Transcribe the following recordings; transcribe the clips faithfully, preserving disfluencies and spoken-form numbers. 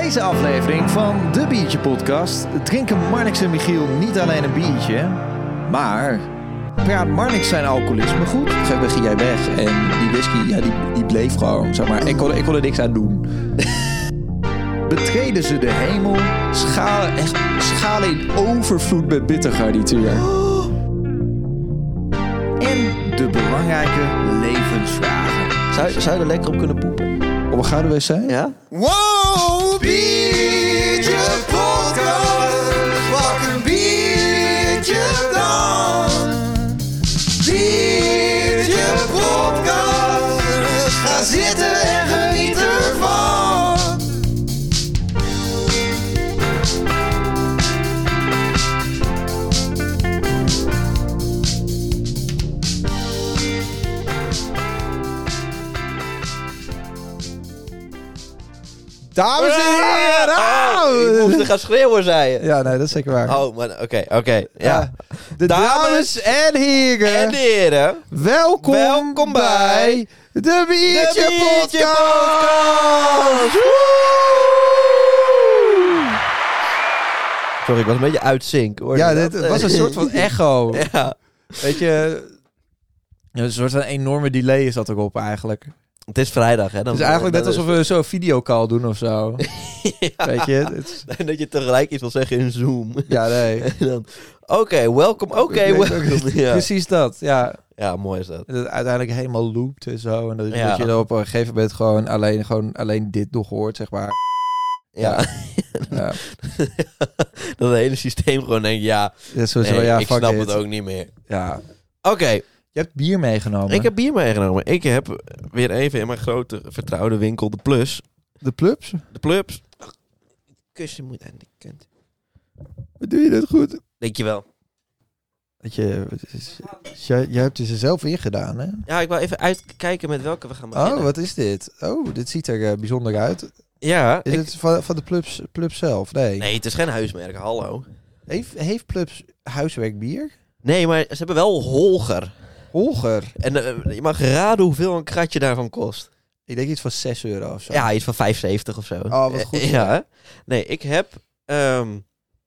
deze aflevering van de Biertje Podcast drinken Marnix en Michiel niet alleen een biertje, maar praat Marnix zijn alcoholisme goed? Op een gegeven moment ging jij weg en die whisky, ja, die, die bleef gewoon, zeg maar. Ik kon, ik kon er niks aan doen. Betreden ze de hemel? Schalen, echt schalen in overvloed met bittergarnituur. Oh. En de belangrijke levensvragen. Zou, zou je er lekker op kunnen poepen? Op een gouden wc? Ja? Wow, Biertje Podcast, pak een biertje dan. Biertje Podcast, ga zitten en geniet ervan. Dames en heren! Oh, ik moest er gaan schreeuwen, zei je. Ja, nee, dat is zeker waar. Oh, maar oké, oké. Okay, ja. Ja. De dames, dames en heren, en heren, welkom, welkom bij de Biertje, de Biertje Podcast! Podcast! Sorry, ik was een beetje uit sync. Hoor. Ja, dit was een soort van echo. Ja. Weet je, een soort van enorme delay is dat erop eigenlijk. Het is vrijdag, hè? Dan, Het is eigenlijk net dan alsof we zo'n videocall doen of zo. Ja. Weet je? Het is... En dat je tegelijk iets wil zeggen in Zoom. Ja, nee. Oké, okay, welkom. Oké, okay, welkom. Ja. Precies dat, ja. Ja, mooi is dat. Dat het uiteindelijk helemaal loopt en zo. En dat, Ja. dat je er op een gegeven moment gewoon alleen, gewoon alleen dit nog hoort, zeg maar. Ja. Ja. Dat het hele systeem gewoon denkt, ja, Ja, zo, zo, nee, ja ik fuck snap it. het ook niet meer. Ja. Oké, okay. Je hebt bier meegenomen. Ik heb bier meegenomen. Ik heb weer even in mijn grote vertrouwde winkel, de Plus. De Plups? De Plups. Ach, kussen moet aan die kant. Wat doe je dat goed? Dankjewel. Dat je, jij, jij hebt ze zelf ingedaan, hè? Ja, ik wil even uitkijken met welke we gaan beginnen. Oh, wat is dit? Oh, dit ziet er uh, bijzonder uit. Ja. Is ik... het van, van de Plups, Plups zelf? Nee. Nee, het is geen huismerk, hallo. Heeft, heeft Plups huiswerkbier? Nee, maar ze hebben wel Holger. Holger? En uh, je mag raden hoeveel een kratje daarvan kost. Ik denk iets van zes euro of zo. Ja, iets van vijfenzeventig of zo. Oh, wat goed. Ja, hè? Nee, ik heb um,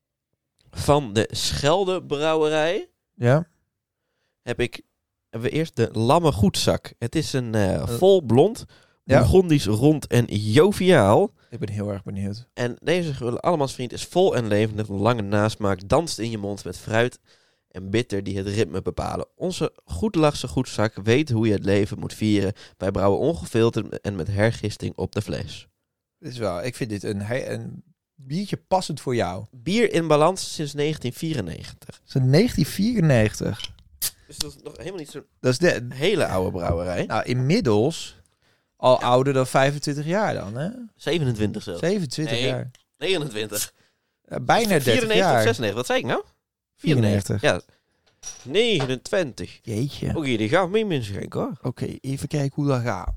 van de Schelde Brouwerij... Ja? heb ik hebben we eerst de Lamme Goedzak. Het is een uh, vol blond, ja. Bourgondisch, rond en joviaal. Ik ben heel erg benieuwd. En deze allemansvriend is vol en levend met een lange nasmaak, danst in je mond met fruit en bitter die het ritme bepalen. Onze Goedlachse Goedzak weet hoe je het leven moet vieren. Wij brouwen ongefilterd en met hergisting op de fles. Dit is wel, ik vind dit een, een biertje passend voor jou. Bier in balans sinds negentien vierennegentig. Sinds negentien vierennegentig. Dus dat is nog helemaal niet zo'n Dat is de hele oude brouwerij. Nou, inmiddels al ja. ouder dan vijfentwintig jaar dan, hè? zevenentwintig zelfs. zevenentwintig nee, jaar. negenentwintig. Ja, bijna dertig vierennegentig jaar. of zesennegentig, wat zei ik nou? vierennegentig. Ja. negenentwintig. Jeetje. Oké, okay, die gaat mee mensen schenken hoor. Oké, okay, even kijken hoe dat gaat.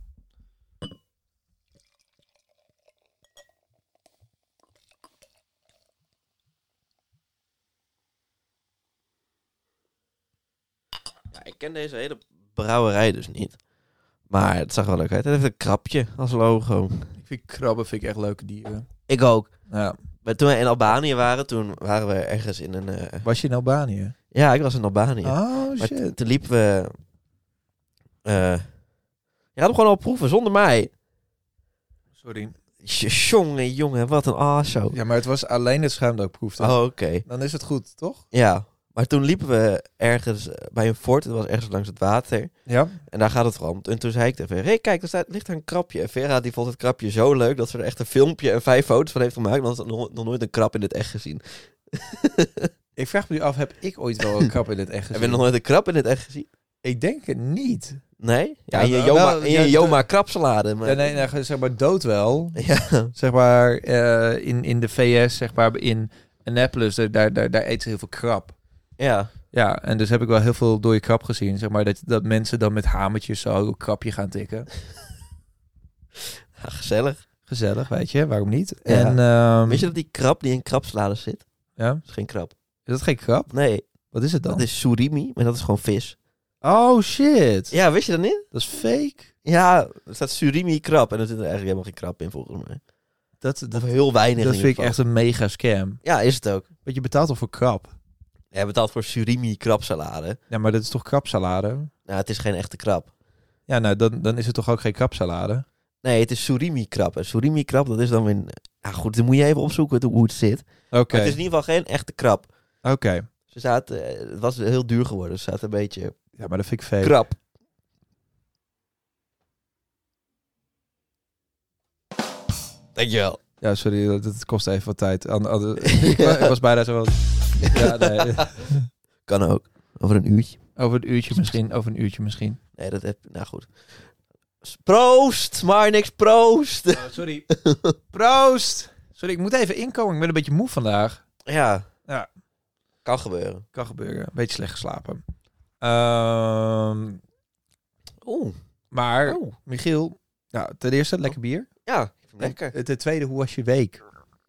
Ja, ik ken deze hele brouwerij dus niet. Maar het zag wel leuk uit. Het heeft een krabje als logo. Ik vind krabben vind ik echt leuke dieren. Ik ook. Ja. Maar toen we in Albanië waren, toen waren we ergens in een... Uh... Was je in Albanië? Ja, ik was in Albanië. Oh, shit. Maar t- toen liepen we... Uh... Je had hem gewoon al proeven, zonder mij. Sorry. Jongen, jongen, wat een aso. Ja, maar het was alleen het schuim dat ik proefde. Oh, oké. Okay. Dan is het goed, toch? Ja. Maar toen liepen we ergens bij een fort. Het was ergens langs het water. Ja. En daar gaat het vooral om. En toen zei ik tegen Vera, hey, kijk, er staat, ligt daar een krabje. En Vera die vond het krabje zo leuk dat ze er echt een filmpje en vijf foto's van heeft gemaakt. Dan had ze nog, nog nooit een krab in het echt gezien. Ik vraag me nu af, heb ik ooit wel een krab in het echt gezien? Heb je nog nooit een krab in het echt gezien? Ik denk het niet. Nee? Ja, ja in je wel, Joma, wel, in je ja, Joma krabsalade. Maar... Ja, nee, nee, zeg maar dood wel. Ja. Zeg maar uh, in, in de V S, zeg maar in Annapolis, daar, daar, daar, daar eten ze heel veel krab. Ja. Ja, en dus heb ik wel heel veel dode krab gezien. Zeg maar dat, dat mensen dan met hamertjes zo een krabje gaan tikken. Ja, gezellig. Gezellig, weet je. Waarom niet? Ja. En, um, weet je dat die krab die in krabsalade zit? Ja? Dat is geen krab. Is dat geen krab? Nee. Wat is het dan? Dat is surimi, maar dat is gewoon vis. Oh, shit. Ja, wist je dat niet? Dat is fake. Ja, er staat surimi krab en er zit er eigenlijk helemaal geen krab in volgens mij. Dat, dat, Of heel weinig dat in vind ieder ik echt geval. een mega scam. Ja, is het ook. Want je betaalt al voor krab. Je betaalt voor surimi krabsalade. Ja, maar dat is toch krabsalade? Nou, het is geen echte krab. Ja, nou, dan, dan is het toch ook geen krabsalade? Nee, het is surimi krab. En surimi krab, dat is dan weer... Ja goed, dan moet je even opzoeken hoe het zit. Oké, Maar het is in ieder geval geen echte krab. oké. Ze zaten, het was heel duur geworden. Ze zaten een beetje Ja, maar dat vind ik fake. krap. Dankjewel. Ja, sorry, dat, dat kost even wat tijd. An, an- ik, wa- ik was bijna zo van... Ja, nee. Kan ook. Over een uurtje. Over een uurtje misschien, over een uurtje misschien. Nee, dat heb nou goed. Proost, maar niks proost. Oh, sorry. Proost! Sorry, ik moet even inkomen. Ik ben een beetje moe vandaag. Ja. Ja. Kan gebeuren. Kan gebeuren. Een beetje slecht geslapen. Ehm, Oeh. maar, Oh. Michiel, nou, ten eerste, lekker bier. Ja, lekker. En ten tweede, hoe was je week?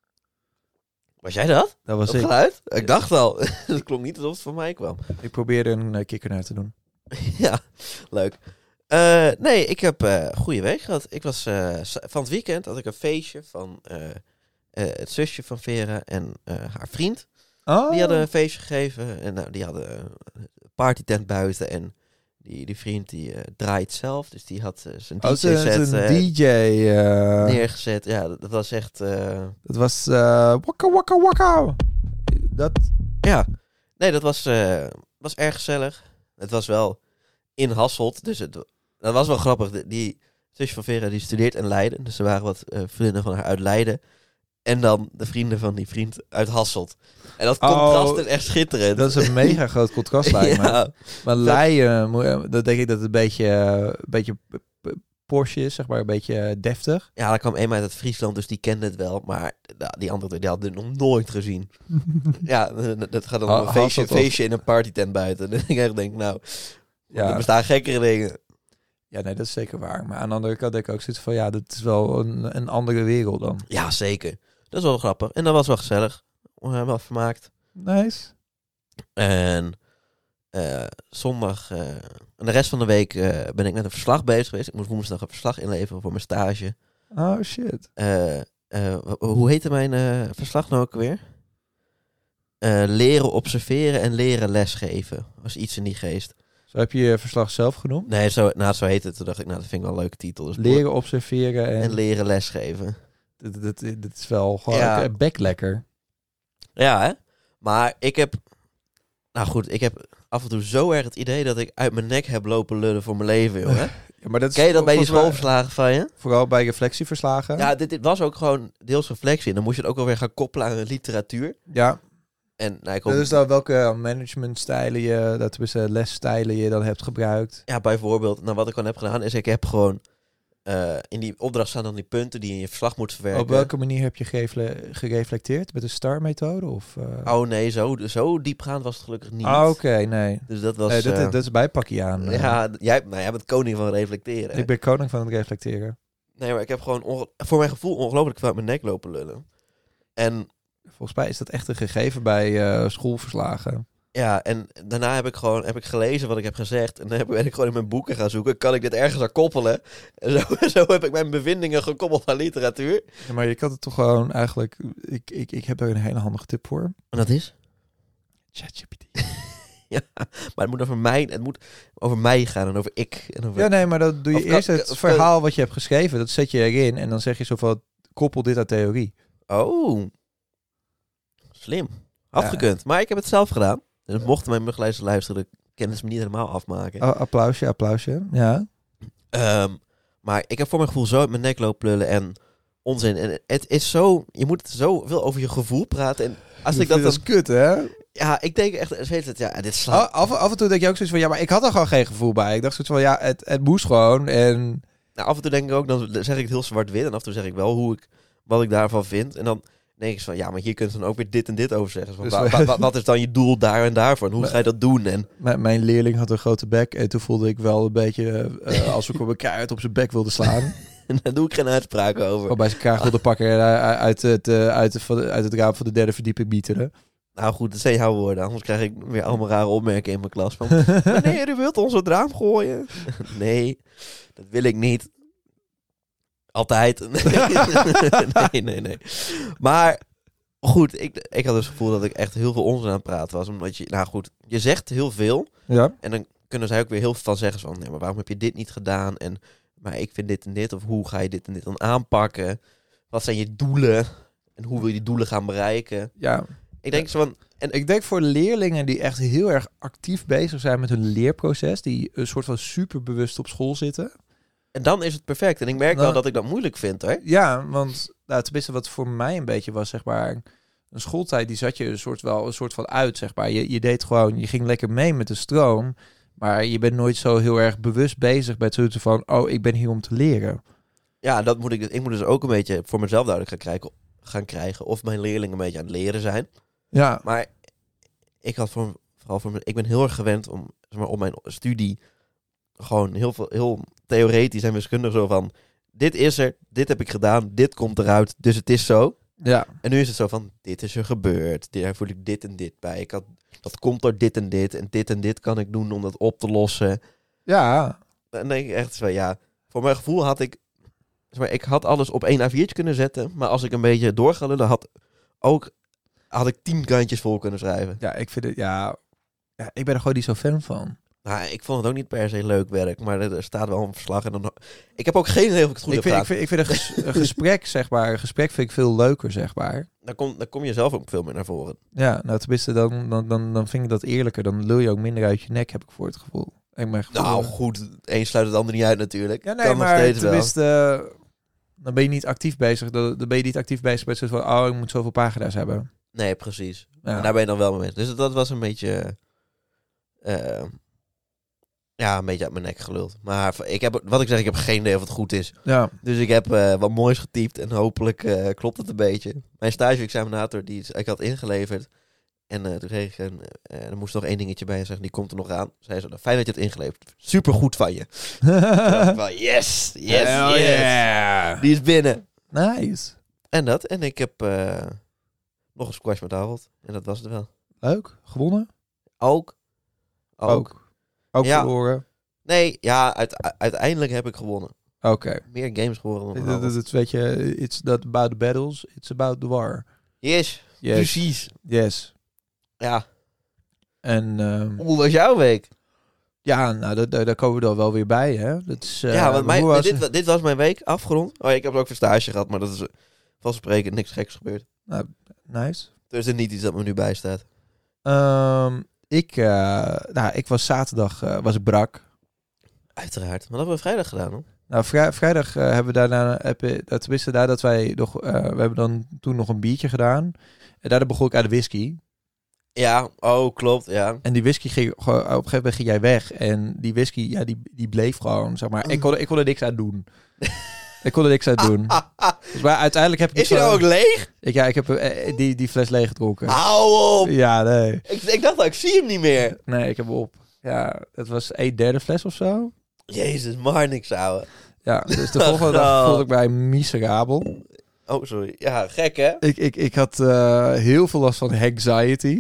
Was jij dat? Dat was Dat ik. geluid? Ik dacht al. Dat klonk niet alsof het van mij kwam. Ik probeerde een uh, kikker naar te doen. Ja, leuk. Uh, nee, ik heb uh, een goede week gehad. Ik was uh, van het weekend had ik een feestje van uh, uh, het zusje van Vera en uh, haar vriend. Oh. Die hadden een feestje gegeven en nou, die hadden een partytent buiten en die, die vriend die uh, draait zelf, dus die had uh, zijn Oh, D J-set een uh, D J. Uh, neergezet. Ja, dat, dat was echt... Uh, dat was uh, wakka wakka wakka. Dat... ja, nee, dat was, uh, was erg gezellig. Het was wel in Hasselt, dus het, dat was wel grappig. Die, die zusje van Vera die studeert in Leiden, dus er waren wat uh, vrienden van haar uit Leiden. En dan de vrienden van die vriend uit Hasselt. En dat contrast Oh, is echt schitterend. Dat is een mega groot contrast, lijkt me. Ja. Maar Leiden, moet- dat denk ik dat het een beetje, een beetje p- p- Porsche is, zeg maar, een beetje deftig. Ja, daar kwam een uit Friesland, dus die kende het wel. Maar nou, die andere die hadden het nog nooit gezien. Ja, dat gaat dan om Ha- een feestje, Hasselt of- feestje in een partytent buiten. En ik echt denk, nou, Ja. er bestaan gekkere dingen. Ja, nee, dat is zeker waar. Maar aan de andere kant denk ik ook zoiets van, ja, dat is wel een, een andere wereld dan. Ja, zeker. Dat is wel grappig. En dat was wel gezellig. We hebben wel vermaakt. Nice. En uh, zondag uh, en de rest van de week uh, ben ik met een verslag bezig geweest. Ik moest woensdag een verslag inleveren voor mijn stage. Oh, shit. Uh, uh, hoe heette mijn uh, verslag nou ook weer? Uh, leren observeren en leren lesgeven. Was iets in die geest. Zo heb je je verslag zelf genoemd? Nee, zo, nou, zo heet het. Toen dacht ik, nou, dat vind ik wel een leuke titel. Dus Leren observeren en... en leren lesgeven. Dat, dat, dat is wel gewoon Ja. ja. bek lekker. Ja, hè? Maar ik heb... Nou goed, ik heb af en toe zo erg het idee dat ik uit mijn nek heb lopen lullen voor mijn leven, jongen. Ja, maar dat is Ken je dat bij die volgens mij- schoolverslagen van je? Vooral bij reflectieverslagen. Ja, dit, dit was ook gewoon deels reflectie. En dan moest je het ook alweer gaan koppelen aan literatuur. Ja. En nou, ik hoop, Dus dan welke managementstijlen je, dat is lesstijlen je dan hebt gebruikt. ja, bijvoorbeeld, nou, wat ik gewoon heb gedaan, is ik heb gewoon uh, in die opdracht staan dan die punten die je in je verslag moet verwerken. Op welke manier heb je gerefle- gereflecteerd? Met de STAR-methode? Of, uh... Oh nee, zo, zo diepgaand was het gelukkig niet. Ah, oké, nee. Dus dat was... nee dat, uh, dat is bijpakje aan. uh. ja, jij, nou, jij bent koning van reflecteren. hè? Ik ben koning van het reflecteren. Nee, maar ik heb gewoon onge- voor mijn gevoel ongelooflijk veel uit mijn nek lopen lullen. En Volgens mij is dat echt een gegeven bij uh, schoolverslagen. ja, en daarna heb ik gewoon heb ik gelezen wat ik heb gezegd. En dan heb, ben ik gewoon in mijn boeken gaan zoeken. Kan ik dit ergens aan koppelen? En zo, zo heb ik mijn bevindingen gekoppeld aan literatuur. Ja, maar je kan het toch gewoon eigenlijk... Ik, ik, ik heb daar een hele handige tip voor. En dat is? ChatGPT. Ja, maar het moet over mij, het moet over mij gaan en over ik. En over... Ja, nee, maar dan doe je Of kan- eerst het of kan- verhaal wat je hebt geschreven. Dat zet je erin en dan zeg je zo van... Koppel dit aan theorie. Oh, slim. Afgekund. Maar ik heb het zelf gedaan. Dus mochten mijn begeleiders luisteren, kennis me niet helemaal afmaken. Oh, applausje, applausje. Ja. Um, maar ik heb voor mijn gevoel zo uit mijn nek lopen lullen en onzin. En het is zo, je moet zoveel over je gevoel praten. En als ik dat dan... is kut, hè? Ja, ik denk echt, weet het, ja, dit Oh, slaat. af, af en toe denk je ook zoiets van... Ja, maar ik had er gewoon geen gevoel bij. Ik dacht zoiets van... Ja, het, het moest gewoon. En... Nou, af en toe denk ik ook, dan zeg ik het heel zwart-wit. En af en toe zeg ik wel hoe ik, wat ik daarvan vind. En dan denk ik zo van, ja, maar hier kun je dan ook weer dit en dit over zeggen. Van, Dus wa- we- wa- wa- wat is dan je doel daar en daarvan? Hoe ga je dat doen? En Mijn, mijn leerling had een grote bek. En toen voelde ik wel een beetje... Uh, alsof ik op elkaar uit op zijn bek wilde slaan. daar doe ik geen uitspraken over. Gewoon bij zijn kaart wilde pakken. En uh, uit, het, uh, uit, het, van de- uit het raam van de derde verdieping mieteren. Nou goed, dat zijn jouw woorden. Anders krijg ik weer allemaal rare opmerkingen in mijn klas. Van, meneer, u wilt ons het raam gooien? Nee, dat wil ik niet. Altijd. nee, nee, nee. Maar goed, ik, ik had dus het gevoel dat ik echt heel veel onzin aan het praten was. Omdat je, nou goed, je zegt heel veel. Ja. En dan kunnen zij ook weer heel veel van zeggen van, nee, maar waarom heb je dit niet gedaan? En, maar ik vind dit en dit, of hoe ga je dit en dit dan aanpakken? Wat zijn je doelen? En hoe wil je die doelen gaan bereiken? Ja. Ik denk zo van... En Ik denk voor leerlingen die echt heel erg actief bezig zijn met hun leerproces, die een soort van superbewust op school zitten. En dan is het perfect. En ik merk Nou, wel dat ik dat moeilijk vind, hoor. Ja, want nou, tenminste wat voor mij een beetje was, zeg maar, een schooltijd, die zat je een soort wel een soort van uit, zeg maar. Je, je deed gewoon, je ging lekker mee met de stroom, maar je bent nooit zo heel erg bewust bezig met het van, oh, ik ben hier om te leren. Ja, dat moet ik, ik moet dus ook een beetje voor mezelf duidelijk gaan krijgen, gaan krijgen of mijn leerlingen een beetje aan het leren zijn. Ja, Maar ik had voor, vooral voor me, ik ben heel erg gewend om, zeg maar, op mijn studie gewoon heel veel, heel theoretisch en wiskundig zo van, dit is er, dit heb ik gedaan, dit komt eruit, dus het is zo. ja, En nu is het zo van, dit is er gebeurd, daar voel ik dit en dit bij. Ik had, dat komt door dit en dit en dit en dit kan ik doen om dat op te lossen. ja, En dan denk ik echt zo, ja, voor mijn gevoel had ik, zeg maar, ik had alles op één A viertje kunnen zetten, maar als ik een beetje door ga lullen, had ook, had ik tien kantjes vol kunnen schrijven. ja, ik vind het, ja, ja, ik ben er gewoon niet zo fan van. Nou, ik vond het ook niet per se leuk werk, maar er staat wel een verslag en dan, ik heb ook geen idee of ik het goed Ik heb vind, ik gedaan. vind, ik vind een, ges- een gesprek, zeg maar, een gesprek vind ik veel leuker, zeg maar. Dan kom, dan kom je zelf ook veel meer naar voren. Ja, nou tenminste, dan, dan, dan, dan vind ik dat eerlijker. Dan lul je ook minder uit je nek, heb ik voor het gevoel. Ik mijn gevoel Nou, goed, één sluit het ander niet uit natuurlijk. ja, nee, Kan nog maar steeds wel. tenminste, uh, dan ben je niet actief bezig. Dan, dan ben je niet actief bezig met zo'n van, oh, ik moet zoveel pagina's hebben. Nee, precies. Ja. En daar ben je dan wel mee bezig. Dus dat was een beetje... Uh, ja, een beetje uit mijn nek geluld. Maar ik heb, wat ik zeg, ik heb geen idee of het goed is. Ja. Dus ik heb uh, wat moois getypt en hopelijk uh, klopt het een beetje. Mijn stage-examinator, die ik had ingeleverd. En uh, toen kreeg ik een, uh, er moest nog één dingetje bij en zeggen, die komt er nog aan. Zei ze, nou, fijn dat je het ingeleverd hebt. Super goed van je. Van, yes, yes, Hell yes. yeah. Die is binnen. Nice. En dat. En ik heb uh, nog een squash met Harold. En dat was het wel. Leuk. Gewonnen? Ook. Ook. Ook. Ook Ja. verloren? Nee, ja, uit, uiteindelijk heb ik gewonnen. Oké. Okay. Meer games gewonnen dan Het Harold. is, weet je, it's not about the battles, it's about the war. Yes, Yes. precies. Yes. Ja. En um, Hoe was jouw week? ja, nou, daar, daar, daar komen we dan wel weer bij, hè. Dat is, uh, ja, want mijn, hoe was dit, het? wa- dit was mijn week afgerond. Oh, ik heb ook voor stage gehad, maar dat is uh, vanzelfsprekend niks geks gebeurd. Nou, nice. Dus er is niet iets dat me nu bijstaat. Um, ik, uh, nou, ik was zaterdag, uh, was ik brak. Uiteraard. Maar dat hebben we vrijdag gedaan, hoor. Nou, vrij, vrijdag uh, hebben we daarna, heb, dat tenminste daar dat wij nog, uh, we hebben dan toen nog een biertje gedaan. En daarna begon ik aan de whisky. Ja, oh, klopt, ja. En die whisky ging, gewoon, op een gegeven moment ging jij weg. En die whisky, ja, die, die bleef gewoon, zeg maar. Ik kon, ik kon er niks aan doen. ik kon er niks aan doen. Dus maar uiteindelijk heb ik... Is hij nou ook leeg? Ik, ja, ik heb uh, die, die fles leeg gedronken. Hou op! Ja, nee. Ik, ik dacht dat ik zie hem niet meer. Nee, ik heb hem op. Ja, het was een derde fles of zo. Jezus, maar niks, ouwe. Ja, dus de volgende dag voelde ik mij miserabel. Oh, sorry. Ja, gek, hè? Ik, ik, ik had uh, heel veel last van anxiety.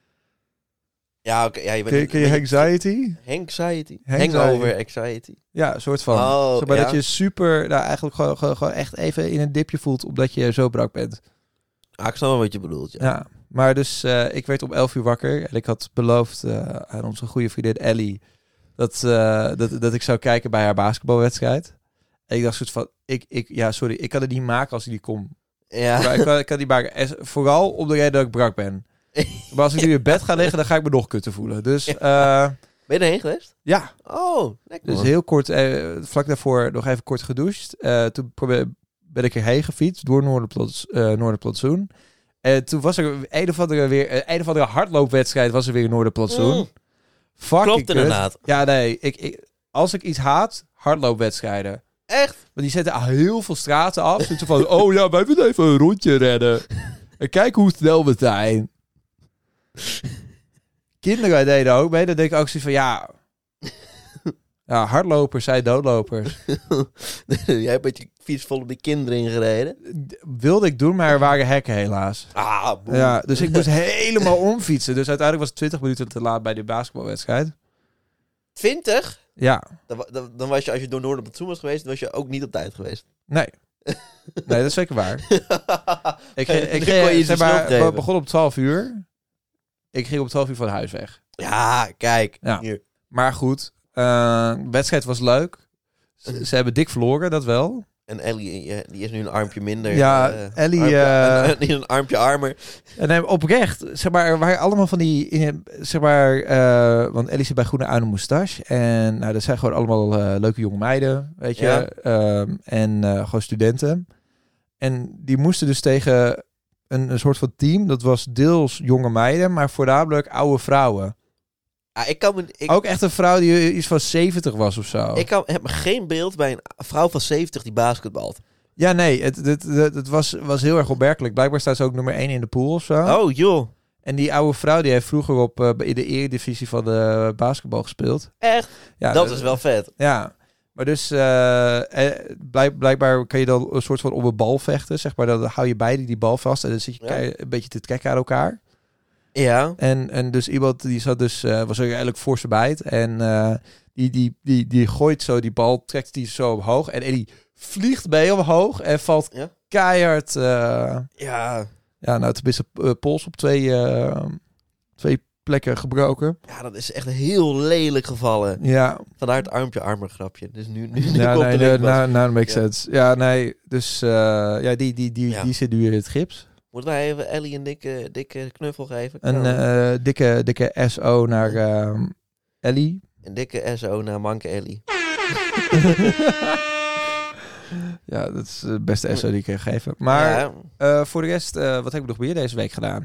Ja, oké. Okay, ja, je bent Ken, ken je anxiety? Anxiety. Anxiety. Hangover anxiety. Ja, een soort van. Oh, zeg maar ja. dat je super, nou eigenlijk gewoon, gewoon, gewoon echt even in een dipje voelt, omdat je zo brak bent. Ah, ik snap wel wat je bedoelt, ja. Ja, maar dus uh, ik werd om elf uur wakker en ik had beloofd uh, aan onze goede vriendin Ellie dat, uh, dat, dat ik zou kijken bij haar basketbalwedstrijd. En ik dacht soort van, ik, ik, ja sorry, ik kan het niet maken als ik niet kom. Ja. Maar ik kan, ik kan het niet maken. En vooral om de reden dat ik brak ben. Maar als ik nu in bed ga liggen, dan ga ik me nog kutten voelen. Dus uh, Ben je erheen geweest? ja. Oh, lekker. Dus man. heel kort, eh, vlak daarvoor nog even kort gedoucht. Uh, toen probeer, ben ik erheen gefietst door Noorderplots, uh, Noorderplotsoen. En toen was er een of andere, weer, uh, een of andere hardloopwedstrijd was er weer in Noorderplotsoen. Mm. Fucking Klopt kut. inderdaad. Ja, nee. Ik, ik, als ik iets haat, hardloopwedstrijden. Echt? Want die zetten heel veel straten af. Dus van, oh ja, wij willen even een rondje rennen. En kijk hoe snel we zijn. Kinderen deden ook mee. Dan denk ik ook zoiets van, ja... Ja, hardlopers zijn doodlopers. Jij hebt met je fiets vol op die kinderen ingereden. D- wilde ik doen, maar er waren hekken helaas. Ah, boem. Ja, dus ik moest helemaal omfietsen. Dus uiteindelijk was het twintig minuten te laat bij de basketbalwedstrijd. twintig? Ja. Dan, wa- dan, dan was je, als je door Noorderplotsoen was geweest, dan was je ook niet op tijd geweest. Nee. Nee, dat is zeker waar. ik Dan ik, kon je ik iets zeg maar, opgeven. we begonnen op twaalf uur. Ik ging om twaalf uur van huis weg. Ja, kijk. Ja. Hier. Maar goed, uh, de wedstrijd was leuk. Ze, ze hebben dik verloren, dat wel. En Ellie, ja, die is nu een armpje minder. Ja, uh, Ellie... Armpje, Uh, een, een, een armpje armer. En nee, oprecht, zeg maar, er waren allemaal van die, zeg maar, uh, want Ellie zit bij Groene Uinen Moustache. En nou, dat zijn gewoon allemaal uh, leuke jonge meiden, weet je. Ja. Um, en uh, gewoon studenten. En die moesten dus tegen een, een soort van team. Dat was deels jonge meiden, maar voornamelijk oude vrouwen. Ah, ik kan me, ik, Ook echt een vrouw die iets van zeventig was of zo. Ik kan, heb me geen beeld bij een vrouw van zeventig die basketbalt. Ja, nee, het, het, het, het was, was heel erg opmerkelijk. Blijkbaar staat ze ook nummer één in de pool of zo. Oh, joh. En die oude vrouw die heeft vroeger op uh, in de eredivisie van de basketbal gespeeld. Echt? Ja, dat uh, is wel vet. Ja, maar dus uh, eh, blijk, blijkbaar kan je dan een soort van op een bal vechten, zeg maar. Dan hou je beide die bal vast en dan zit je ja. een beetje te trekken aan elkaar. Ja. En, en dus iemand die zat dus, uh, was er eigenlijk voor zijn bijt. En uh, die, die, die, die gooit zo die bal, trekt die zo omhoog. En, en die vliegt bij omhoog en valt ja? keihard. Uh, ja. Ja, nou, tenminste uh, pols op twee, uh, twee plekken gebroken. Ja, dat is echt heel lelijk gevallen. Ja. Vandaar het armpje armer grapje. Dus nu, nu, nu ja, komt nee, de nou, nou, makes ja. sense. Ja, nee, dus uh, ja, die, die, die, ja. die zit nu in het gips. Moeten wij even Ellie een dikke, dikke knuffel geven? Een uh, dikke, dikke S O naar uh, Ellie. Een dikke S O naar Manke Ellie. Ja, dat is de beste S O die ik kan geven. Maar ja. uh, voor de rest, uh, wat heb ik nog meer deze week gedaan?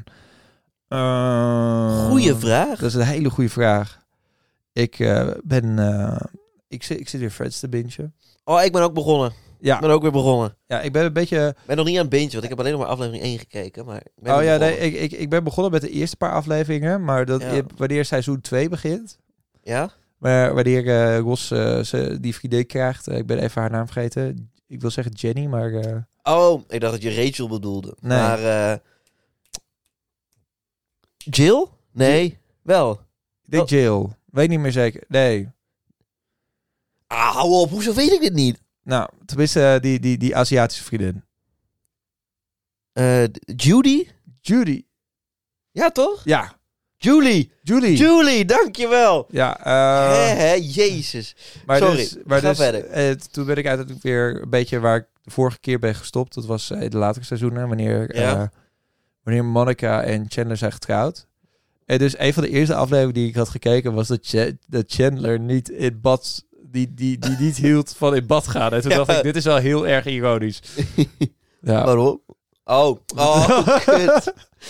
Uh, Goeie vraag. Dat is een hele goede vraag. Ik uh, ben... Uh, ik, zit, ik zit weer Friends te bingen. Oh, ik ben ook begonnen. Ja. Ik ben ook weer begonnen. Ja, ik ben een beetje... Ik ben nog niet aan het bingen, want ik heb alleen nog maar aflevering één gekeken. Maar ik ben oh ja, nee, ik, ik, ik ben begonnen met de eerste paar afleveringen. Maar dat, ja. wanneer seizoen twee begint... Ja? Maar wanneer uh, Ros uh, ze die vriendin krijgt... Uh, ik ben even haar naam vergeten. Ik wil zeggen Jenny, maar... Uh... Oh, ik dacht dat je Rachel bedoelde. Nee. Maar... Uh... Jill? Nee, Jill? Wel. Ik denk oh. Jill. Weet niet meer zeker. Nee. Ah, hou op. Hoezo weet ik dit niet? Nou, tenminste uh, die, die, die Aziatische vriendin. Uh, Judy? Judy. Ja, toch? Ja. Julie. Julie. Julie, dankjewel. Ja. Uh... Hè, hè, jezus. Maar Sorry, dus, maar ga dus, verder. Uh, toen ben ik uiteindelijk weer een beetje waar ik de vorige keer ben gestopt. Dat was uh, in de latere seizoenen, wanneer, ja. uh, wanneer Monica en Chandler zijn getrouwd. En dus een van de eerste afleveringen die ik had gekeken was dat, Ch- dat Chandler niet in bad... Die, die, die niet hield van in bad gaan. En toen ja. dacht ik, dit is wel heel erg ironisch. Ja. Waarom? Oh, oh, kut.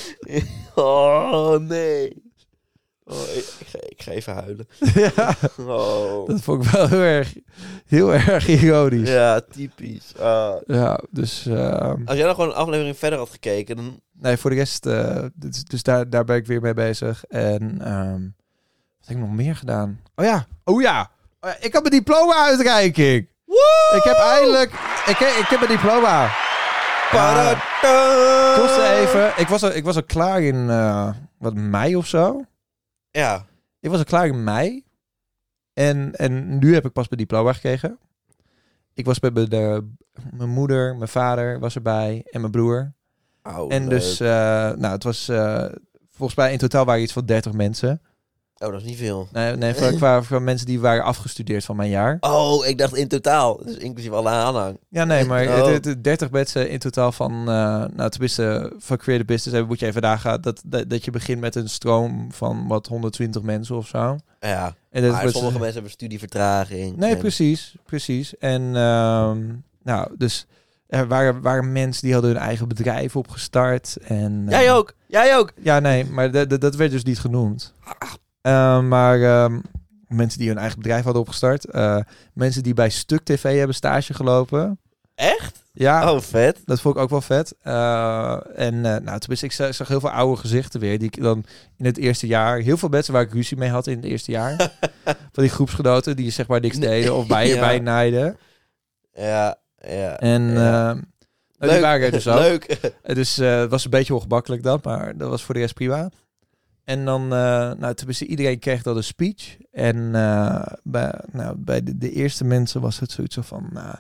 Oh, nee. Oh, ik, ik, ga, ik ga even huilen. Ja, oh. Dat vond ik wel heel erg, heel erg ironisch. Ja, typisch. Uh. Ja, dus... Uh, Als jij nog gewoon een aflevering verder had gekeken, dan... Nee, voor de rest... Uh, dus dus daar, daar ben ik weer mee bezig. En um, wat heb ik nog meer gedaan? Oh ja, oh ja. Oh ja ik had mijn diploma-uitreiking. Woe! Ik heb eindelijk... Ik, ik heb mijn diploma. Ja, kostte even. Ik was al, ik was al klaar in... Uh, wat, mei of zo? Ja. Ik was al klaar in mei. En, en nu heb ik pas mijn diploma gekregen. Ik was bij mijn, de, mijn moeder, mijn vader was erbij en mijn broer. Oh, en leuk. dus, uh, nou, het was uh, volgens mij in totaal waren iets van dertig mensen. Oh, dat is niet veel. Nee, nee voor, voor, voor mensen die waren afgestudeerd van mijn jaar. Oh, ik dacht in totaal. Dus inclusief alle aanhang. Ja, nee, maar oh. het, het, dertig mensen in totaal van, uh, nou, tenminste van Creative Business. Moet je even nagaan dat, dat, dat je begint met een stroom van wat honderdtwintig mensen of zo. Ja, en dat maar sommige mensen hebben studievertraging. Nee, en... precies, precies. En um, nou, dus er waren, waren mensen die hadden hun eigen bedrijf opgestart. En, uh, Jij ook, jij ook. Ja, nee, maar d- d- dat werd dus niet genoemd. Uh, maar um, mensen die hun eigen bedrijf hadden opgestart. Uh, mensen die bij Stuk T V hebben stage gelopen. Echt? Ja. Oh, vet. Dat vond ik ook wel vet. Uh, en uh, nou, tenminste, ik zag, zag heel veel oude gezichten weer. Die ik dan in het eerste jaar... Heel veel mensen waar ik ruzie mee had in het eerste jaar. Van die groepsgenoten die zeg maar niks deden of bij je ja. bij naaiden. Ja, ja. En ja. Uh, nou, die waren er dus ook. Leuk. Dus uh, het was een beetje ongemakkelijk dan, maar dat was voor de rest prima. En dan, uh, nou, tenminste, iedereen kreeg dan een speech. En uh, bij, nou, bij de, de eerste mensen was het zoiets van... Uh,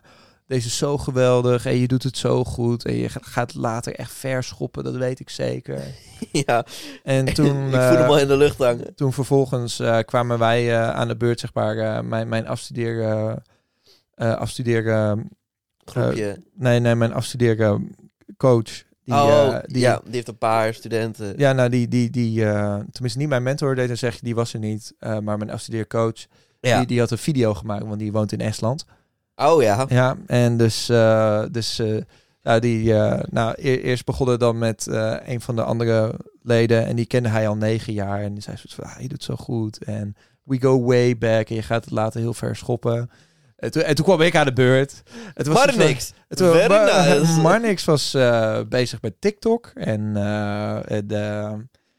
deze is zo geweldig en je doet het zo goed. En je gaat later echt verschoppen, dat weet ik zeker. Ja, En toen, ik voel hem uh, al in de lucht hangen. toen vervolgens uh, kwamen wij uh, aan de beurt, zeg maar, uh, mijn, mijn afstudeer... Uh, uh, afstudeer uh, Groepje. uh, nee, nee, mijn afstudeer uh, coach. Die, oh, uh, die, ja, die heeft een paar studenten. Ja, nou, die, die, die uh, tenminste niet mijn mentor, deed en zeg die was er niet. Uh, maar mijn afstudeercoach, Ja. die, die had een video gemaakt, want die woont in Estland. Oh ja. Ja, en dus, uh, dus uh, nou, die, uh, nou, e- eerst begonnen dan met uh, een van de andere leden. En die kende hij al negen jaar. En die zei zo van, ah, je doet zo goed. En we go way back. En je gaat het later heel ver schoppen. En toen, en toen kwam ik aan de beurt. Het was Maar niks. Het was, Very maar, nice. Marnix was uh, bezig met TikTok. En uh, de...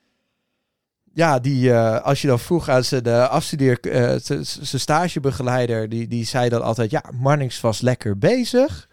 Ja, die, uh, als je dan vroeg aan ze de afstudeer, uh, zijn stagebegeleider, die, die zei dan altijd, ja, Marnix was lekker bezig.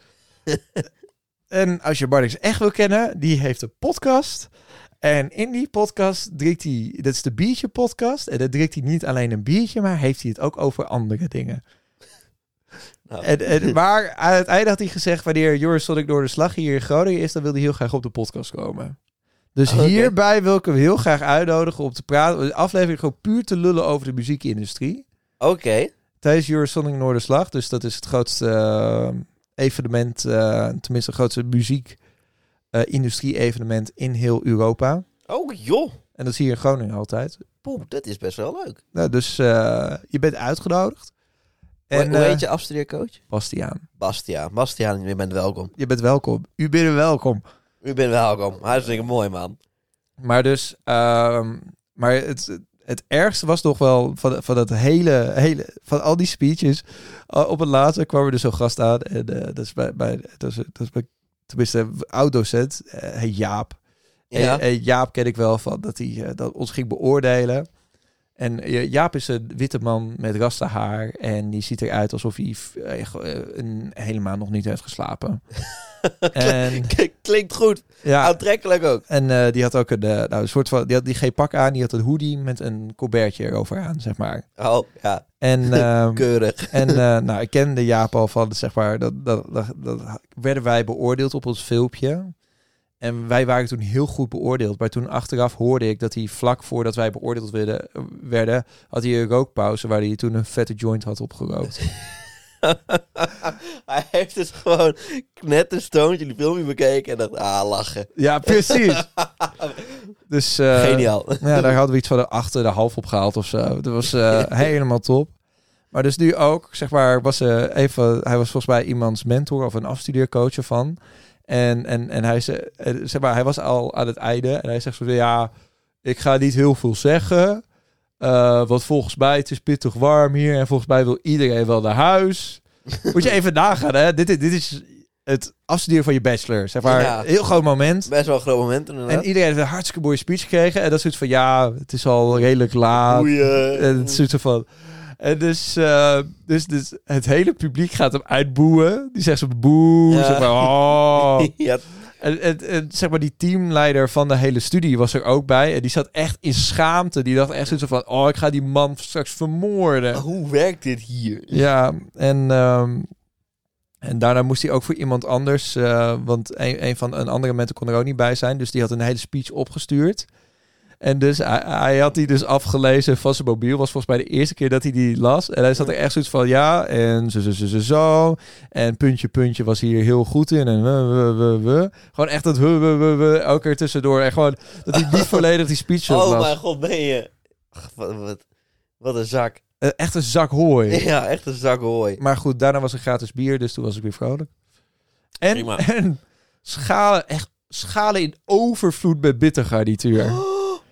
En als je Marnix echt wil kennen, die heeft een podcast. En in die podcast drinkt hij, dat is de biertje podcast. En dan drinkt hij niet alleen een biertje, maar heeft hij het ook over andere dingen. Nou. En, en, maar aan het einde had hij gezegd, wanneer Joris Sonic door de slag hier in Groningen is, dan wil hij heel graag op de podcast komen. Dus Oh, okay. hierbij wil ik hem heel graag uitnodigen om te praten. De aflevering gewoon puur te lullen over de muziekindustrie. Oké. Okay. Tijdens Eurosonic Noorderslag. Dus dat is het grootste uh, evenement, uh, tenminste het grootste muziekindustrie-evenement uh, in heel Europa. Oh joh. En dat zie je in Groningen altijd. Poeh, dat is best wel leuk. Nou, dus uh, je bent uitgenodigd. En, en, hoe uh, heet je afstudeercoach? Bastiaan. Bastiaan. Bastiaan, je bent welkom. Je bent welkom. U bent welkom. U bent welkom. Hartstikke mooi, man. Maar dus, um, maar het, het ergste was toch wel van, van dat hele, hele, van al die speeches. Uh, op het laatste kwam er dus zo'n gast aan. En uh, dat is bij, bij, dat is, dat is bij tenminste, oud-docent, uh, heet Jaap. Ja. En, en Jaap ken ik wel van dat hij uh, dat ons ging beoordelen. En uh, Jaap is een witte man met rasta haar. En die ziet eruit alsof hij uh, een helemaal nog niet heeft geslapen. En, klinkt goed. Ja, aantrekkelijk ook. En uh, die had ook een, uh, nou, een soort van, die had die geen pak aan, die had een hoodie met een colbertje erover aan, zeg maar. Oh, ja. En, uh, keurig. En uh, nou, ik kende Jaap al van, zeg maar, dat, dat, dat, dat werden wij beoordeeld op ons filmpje. En wij waren toen heel goed beoordeeld. Maar toen achteraf hoorde ik dat hij vlak voordat wij beoordeeld werden, werden had hij een rookpauze waar hij toen een vette joint had opgerookt. Hij heeft dus gewoon net een stoontje die filmpje bekeken en dacht, ah, lachen. Ja, precies. Dus, uh, geniaal. Ja, daar hadden we iets van de achter de half op gehaald of zo. Dat was uh, helemaal top. Maar dus nu ook, zeg maar, was uh, even, hij was volgens mij iemands mentor of een afstudeercoach ervan. En, en, en hij, zei, zeg maar, hij was al aan het einde en hij zegt zo, ja, ik ga niet heel veel zeggen. Uh, want volgens mij, het is pittig warm hier. En volgens mij wil iedereen wel naar huis. Moet je even nagaan, hè. Dit, dit is het afstuderen van je bachelor. Zeg maar, ja. Heel groot moment. Best wel een groot moment inderdaad. En iedereen heeft een hartstikke mooie speech gekregen. En dat is zoiets van, ja, het is al redelijk laat. Goeie. En het is zoiets van... En dus, uh, dus, dus het hele publiek gaat hem uitboeien. Die zegt zo boe. Ja. Zeg maar, oh. Ja. En, en, en zeg maar, die teamleider van de hele studie was er ook bij. En die zat echt in schaamte. Die dacht echt zo van, oh, ik ga die man straks vermoorden. Hoe werkt dit hier? Ja, en, um, en daarna moest hij ook voor iemand anders. Uh, want een, een van een andere mensen kon er ook niet bij zijn. Dus die had een hele speech opgestuurd. En dus hij, hij had die dus afgelezen van zijn mobiel. Was volgens mij de eerste keer dat hij die las. En hij zat er echt zoiets van, ja, en zo, zo, zo, zo, zo. En puntje, puntje was hier heel goed in. En we, we, we, we. Gewoon echt dat we, we, we, we. Elke keer tussendoor. En gewoon dat hij niet volledig die speech las. Oh mijn god, ben je... Ach, wat, wat, wat een zak. Uh, echt een zak hooi. Ja, echt een zak hooi. Maar goed, daarna was er gratis bier. Dus toen was ik weer vrolijk. En, Prima. en schalen, echt schalen in overvloed met bittergarnituur. Oh.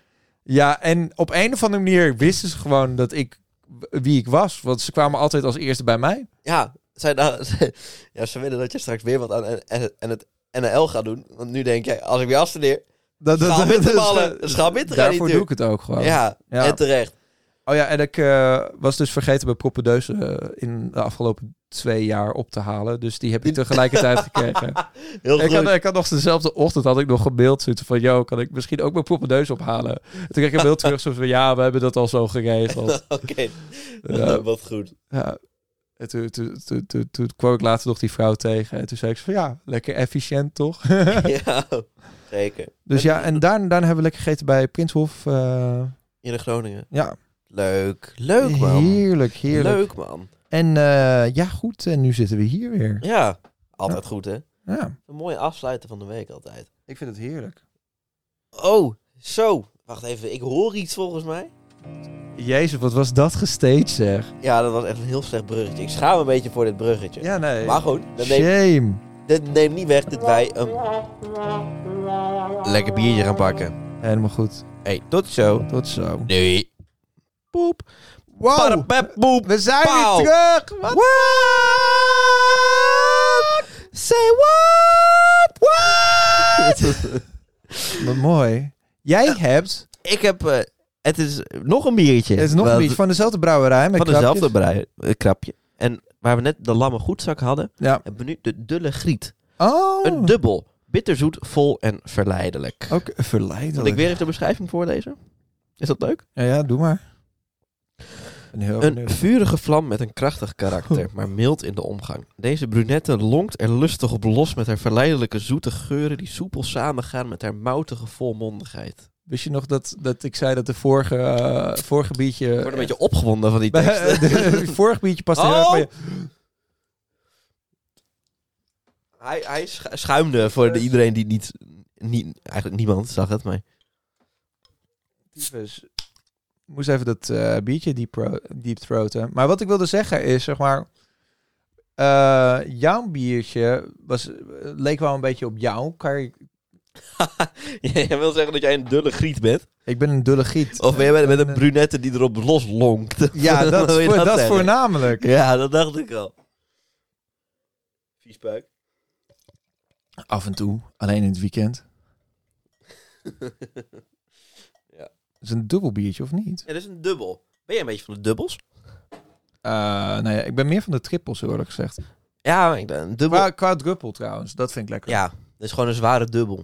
Ja, en op een of andere manier wisten ze gewoon dat ik wie ik was. Want ze kwamen altijd als eerste bij mij. Ja, zij, nou, zij, ja, ze willen dat je straks weer wat aan en, en, en het N L gaat doen. Want nu denk jij, als ik weer afstudeer, Dat, dat, schaal dat- bitterballen. dat- Schaal bittergarnituur. Daarvoor doe ik het ook gewoon. Ja, Ja. en terecht. Oh ja, en ik uh, was dus vergeten mijn propedeuse uh, in de afgelopen twee jaar op te halen. Dus die heb ik tegelijkertijd gekregen. Heel Ik goed. had, ik had nog dezelfde ochtend had ik nog gemaild zoiets van, yo, kan ik misschien ook mijn propedeuse ophalen? Toen kreeg ik een mail terug zo van, ja, we hebben dat al zo geregeld. Oké, Ja. wat goed. Ja. En toen, toen, toen, toen, toen kwam ik later nog die vrouw tegen. En toen zei ik van ja, lekker efficiënt toch? Ja, zeker. Dus ja, en daarna, daarna hebben we lekker gegeten bij Prinshof. Uh, Hier in Groningen. Ja. Leuk. Leuk, man. Heerlijk, heerlijk. Leuk, man. En uh, ja, goed. En nu zitten we hier weer. Ja, altijd ja. goed, hè? Ja. Een mooie afsluiten van de week altijd. Ik vind het heerlijk. Oh, zo. Wacht even, ik hoor iets volgens mij. Jezus, wat was dat gestaged, zeg. Ja, dat was echt een heel slecht bruggetje. Ik schaam me een beetje voor dit bruggetje. Ja, nee. Maar goed. Dat Shame. Neemt, dat neemt niet weg dat wij een lekker biertje gaan pakken. Helemaal goed. Hey, tot zo. Tot zo. Doei. Poep. Wow. Parapep, poep. We zijn Pauw. weer terug. Wat? What? Say what? What? Wat mooi. Jij uh, hebt... Ik heb... Uh, het is nog een biertje. Het is nog een biertje van dezelfde brouwerij. Met van dezelfde brouwerij. Een krapje. En waar we net de lamme goedzak hadden, ja. hebben we nu de Dulle Griet. Oh. Een dubbel. Bitterzoet, vol en verleidelijk. Ook verleidelijk. Zal ik weer even de beschrijving voorlezen? Is dat leuk? Ja, ja doe maar. Een, heel een vurige vlam met een krachtig karakter, maar mild in de omgang. Deze brunette lonkt er lustig op los met haar verleidelijke zoete geuren die soepel samengaan met haar moutige volmondigheid. Wist je nog dat, dat ik zei dat de vorige, uh, vorige biertje... Ik word een beetje opgewonden van die tekst. Het vorige biertje past heel oh! erg bij... Hij, hij schuimde voor de, iedereen die niet, niet... Eigenlijk niemand zag het, maar... Dus, ik moest even dat uh, biertje deep, pro, deep throaten. Maar wat ik wilde zeggen is, zeg maar... Uh, jouw biertje was, leek wel een beetje op jou. Kan je... Jij wil zeggen dat jij een dulle griet bent? Ik ben een dulle griet. Of ben je met, met een brunette die erop loslonkt? Ja, dat, dat, voor, dat, dat voornamelijk. Ja, dat dacht ik al. Vies buik. Af en toe, alleen in het weekend. Ja. Dat is een dubbel biertje, of niet? Ja, dat is een dubbel. Ben jij een beetje van de dubbels? Uh, nou ja, ik ben meer van de trippels, eerlijk gezegd. Ja, ik ben een dubbel. Qua, qua druppel trouwens, dat vind ik lekker. Ja, dat is gewoon een zware dubbel.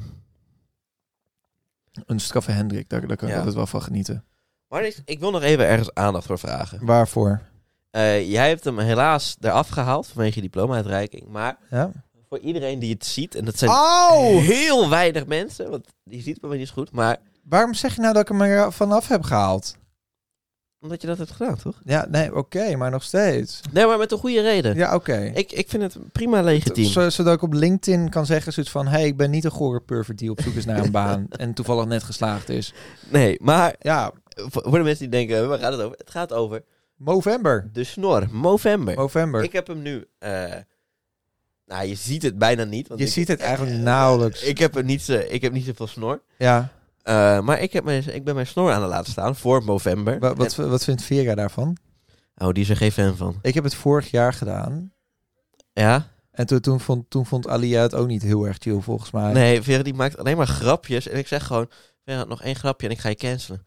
Een straffe Hendrik, daar, daar kan ik ja. altijd wel van genieten. Maar ik, ik wil nog even ergens aandacht voor vragen. Waarvoor? Uh, jij hebt hem helaas eraf gehaald vanwege je diploma-uitreiking. Maar ja? voor iedereen die het ziet, en dat zijn oh! heel weinig mensen, want die ziet me niet zo goed, maar... Waarom zeg je nou dat ik hem er vanaf heb gehaald? Omdat je dat hebt gedaan, toch? Ja, nee, oké, okay, maar nog steeds. Nee, maar met een goede reden. Ja, oké. Okay. Ik, ik vind het prima legitiem. Z- zodat ik op LinkedIn kan zeggen zoiets van... hey, ik ben niet een gore pervert die op zoek is naar een baan... en toevallig net geslaagd is. Nee, maar... Ja. Voor, voor de mensen die denken, waar gaat het over? Het gaat over... Movember. De snor. Movember. Movember. Ik heb hem nu... Uh, nou, je ziet het bijna niet. Want je ik, ziet het eigenlijk uh, nauwelijks. Ik heb, er niet zo, ik heb niet zoveel snor. Ja. Uh, maar ik, heb mijn, ik ben mijn snor aan het laten staan voor Movember. Wat, wat, en, wat vindt Vera daarvan? Oh, die is er geen fan van. Ik heb het vorig jaar gedaan. Ja? En toen, toen, vond, toen vond Alia het ook niet heel erg chill, volgens mij. Nee, Vera die maakt alleen maar grapjes. En ik zeg gewoon, Vera, nog één grapje en ik ga je cancelen.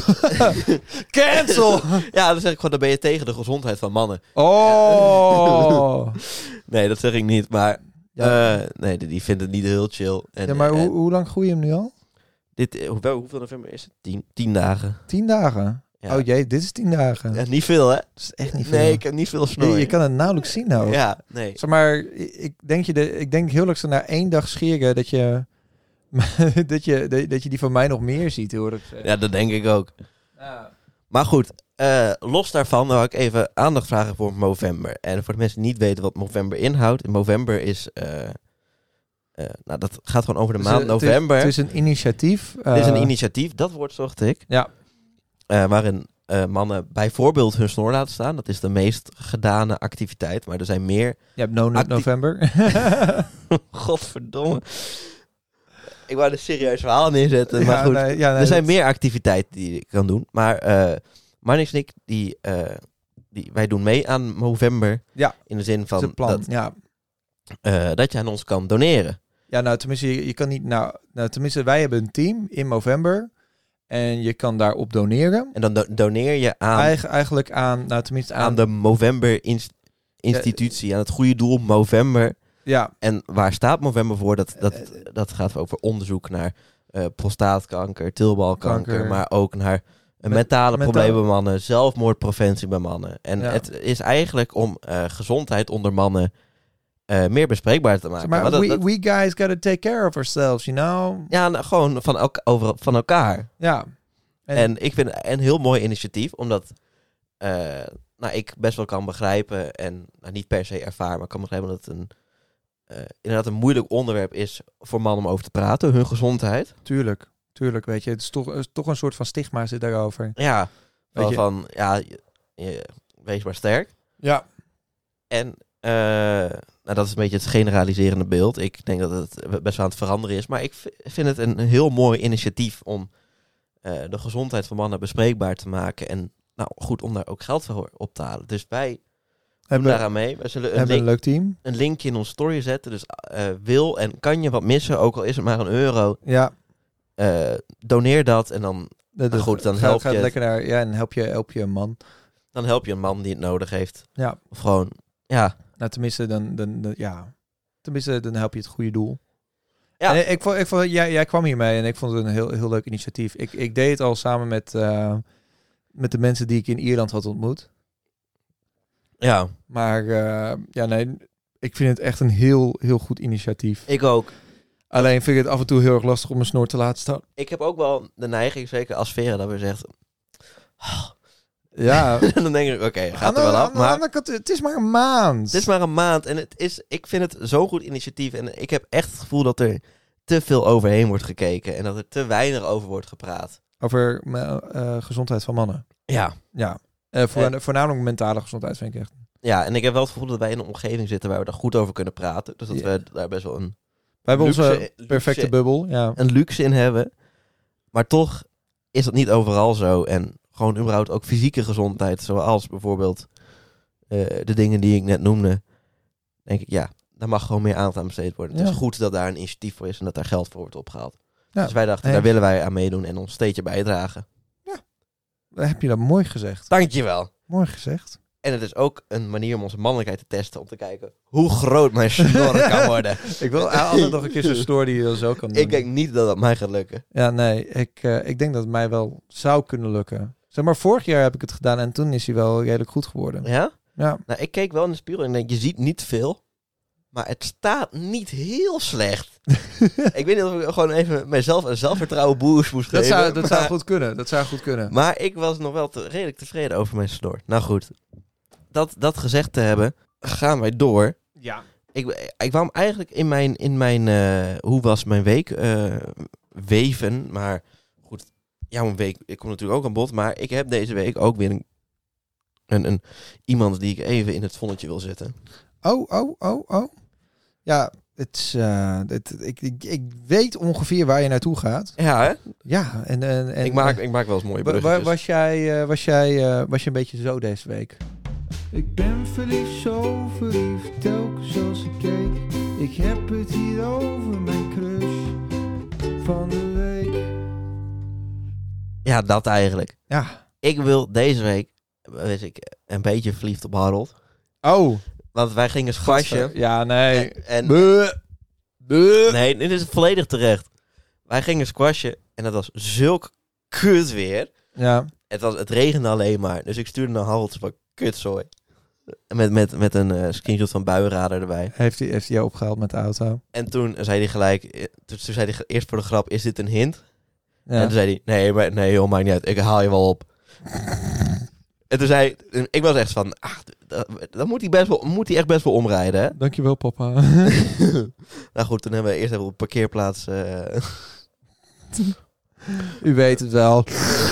Cancel! Ja, dan zeg ik gewoon, dan ben je tegen de gezondheid van mannen. Oh! Nee, dat zeg ik niet, maar... Ja. Uh, nee, die, die vindt het niet heel chill. En, ja, maar uh, hoe, hoe lang groei je hem nu al? Dit, hoe, hoeveel november is het? Tien, tien dagen. Tien dagen? Ja. Oh jee, dit is tien dagen. Ja, niet veel, hè? Dat is echt niet veel. Nee, ik heb niet veel snor. Je, je kan het nauwelijks zien nou. Ja, nee. Zeg maar, ik denk, je de, ik denk heel erg na één dag scheren dat je, dat je, dat je die van mij nog meer ziet, hoor ik zeggen. Ja, dat denk ik ook. Ja. Maar goed, uh, los daarvan wil ik even aandacht vragen voor Movember. En voor de mensen die niet weten wat Movember inhoudt. Movember is... Uh, Uh, nou, dat gaat gewoon over de maand dus, november. Het is, het is een initiatief. Uh, het is een initiatief, dat woord zocht ik. Ja. Uh, waarin uh, mannen bijvoorbeeld hun snor laten staan. Dat is de meest gedane activiteit. Maar er zijn meer... Je hebt No Nut acti- November. Godverdomme. Ik wou een serieus verhaal neerzetten. Maar ja, goed, nee, ja, nee, er zijn dat... meer activiteiten die ik kan doen. Maar uh, Marnix en ik, die, uh, die, wij doen mee aan Movember. Ja. In de zin van... Het plan, dat, ja. uh, dat je aan ons kan doneren. Ja, nou tenminste, je, je kan niet... Nou, nou, tenminste, wij hebben een team in Movember. En je kan daarop doneren. En dan do- doneer je aan... Eigen, eigenlijk aan... Nou, tenminste aan... Aan de Movember inst- institutie. Ja, aan het goede doel Movember. Ja. En waar staat Movember voor? Dat, dat, dat gaat over onderzoek naar uh, prostaatkanker, tilbalkanker. Kanker. Maar ook naar Een Met- mentale mentaal- problemen bij mannen, zelfmoordpreventie bij mannen. En Ja. het is eigenlijk om uh, gezondheid onder mannen uh, meer bespreekbaar te maken. Maar Maar dat- we, dat- we guys gotta take care of ourselves, you know? ja, nou, gewoon van, elk, over, van elkaar. Ja. En, En, ik vind het een heel mooi initiatief, omdat uh, nou, ik best wel kan begrijpen en nou, niet per se ervaar, maar kan begrijpen dat het een, uh, inderdaad een moeilijk onderwerp is voor mannen om over te praten, hun gezondheid. tuurlijk, tuurlijk, weet je. Het is toch, het is toch een soort van stigma zit daarover. Ja, Weet van, je- van ja, je, je- wees maar sterk. Ja. En uh, nou, dat is een beetje het generaliserende beeld. Ik denk dat het best wel aan het veranderen is. Maar ik v- vind het een, een heel mooi initiatief om uh, de gezondheid van mannen bespreekbaar te maken. En nou goed, om daar ook geld voor op te halen. Dus wij doen Hebben, daaraan mee. We zullen een, hebben een link, leuk team. een linkje in onze story zetten. Dus uh, wil en kan je wat missen, ook al is het maar een euro. Ja. Uh, doneer dat en dan, Dat, dat- goed, dan ga- help gaat je het. lekker naar, ja, en help je, help je een man. dan help je een man die het nodig heeft. Ja. Of gewoon, ja... Nou, tenminste, dan, dan, dan- ja. Tenminste, dan help je het goede doel. Ja. En ik vond, ik vond, jij, jij kwam hiermee en ik vond het een heel, heel leuk initiatief. Ik, ik deed het al samen met, uh, met de mensen die ik in Ierland had ontmoet. Ja, Maar uh, ja, nee, ik vind het echt een heel, heel goed initiatief. ik ook. Alleen vind ik het af en toe heel erg lastig om mijn snor te laten staan. Ik heb ook wel de neiging, zeker als Vera dat weer zegt... Ja, dan denk ik, oké, okay, gaat aan er de- wel af. aan de Maar andere kant, het is maar een maand. het is maar een maand en het is, ik vind het zo'n goed initiatief. En ik heb echt het gevoel dat er te veel overheen wordt gekeken. En dat er te weinig over wordt gepraat. Over uh, gezondheid van mannen. Ja. Ja, uh, voor, Eh. voornamelijk mentale gezondheid vind ik echt. Ja, en ik heb wel het gevoel dat wij in een omgeving zitten waar we daar goed over kunnen praten. Dus dat Ja. we daar best wel een, We hebben luxe- onze luxe- perfecte bubbel. Ja. een luxe in hebben. Maar toch is dat niet overal zo. En gewoon überhaupt ook fysieke gezondheid. Zoals bijvoorbeeld uh, de dingen die ik net noemde. Denk ik, ja, daar mag gewoon meer aandacht aan besteed worden. Het Ja. is goed dat daar een initiatief voor is en dat daar geld voor wordt opgehaald. Ja. Dus wij dachten, Nee. daar willen wij aan meedoen en ons steentje bijdragen. Heb je dat mooi gezegd? Dankjewel. Mooi gezegd. En het is ook een manier om onze mannelijkheid te testen. Om te kijken hoe groot mijn snor kan worden. Ik wil altijd nog een keer zo'n story die je dan zo kan doen. Ik denk niet dat dat mij gaat lukken. Ja, nee. Ik, uh, ik denk dat het mij wel zou kunnen lukken. Zeg maar, vorig jaar heb ik het gedaan en toen is hij wel redelijk goed geworden. Ja? Ja. Nou, ik keek wel in de spiegel en denk, je ziet niet veel. Maar het staat niet heel slecht. Ik weet niet of ik gewoon even mezelf een zelfvertrouwen boost moest Dat geven. zou, dat maar, zou goed kunnen. Dat zou goed kunnen. maar ik was nog wel te, redelijk tevreden over mijn snor. Nou goed, dat, dat gezegd te hebben, gaan wij door. Ja. Ik, ik kwam eigenlijk in mijn, in mijn uh, hoe was mijn week, uh, weven. Maar goed, jouw week, ik kom natuurlijk ook aan bod. Maar ik heb deze week ook weer een, een, een iemand die ik even in het zonnetje wil zetten. Oh, oh, oh, oh. Ja, het is, uh, het, ik, ik, ik weet ongeveer waar je naartoe gaat. Ja, hè? Ja, en... en, en ik, maak, ik maak wel eens mooie wa- bruggetjes. wa- was jij, uh, was, jij uh, was je een beetje zo deze week? Ik ben verliefd, zo verliefd, telkens als ik keek. Ik heb het hier over mijn crush van de week. Ja, dat eigenlijk. Ja. Ik wil deze week, weet ik, een beetje verliefd op Harold. Oh. Want wij gingen squashen. Ja, nee. En, en Buh. Buh. nee, dit is volledig terecht. Wij gingen squashen en het was zulk kut weer. Ja. Het, was, het regende alleen maar. Dus ik stuurde naar Harold van kutzooi. Met, met, met een uh, screenshot van buienradar erbij. Heeft hij, heeft hij jou opgehaald met de auto? En toen zei hij gelijk, eh, toen, toen zei hij eerst voor de grap, is dit een hint? Ja. En toen zei hij, nee, maar, nee joh, maakt niet uit, ik haal je wel op. En toen zei ik was echt van, ah, dan moet hij, best wel, moet hij echt best wel omrijden, hè? Dankjewel, papa. Nou goed, toen hebben we eerst even op de parkeerplaats... Uh... U weet het wel.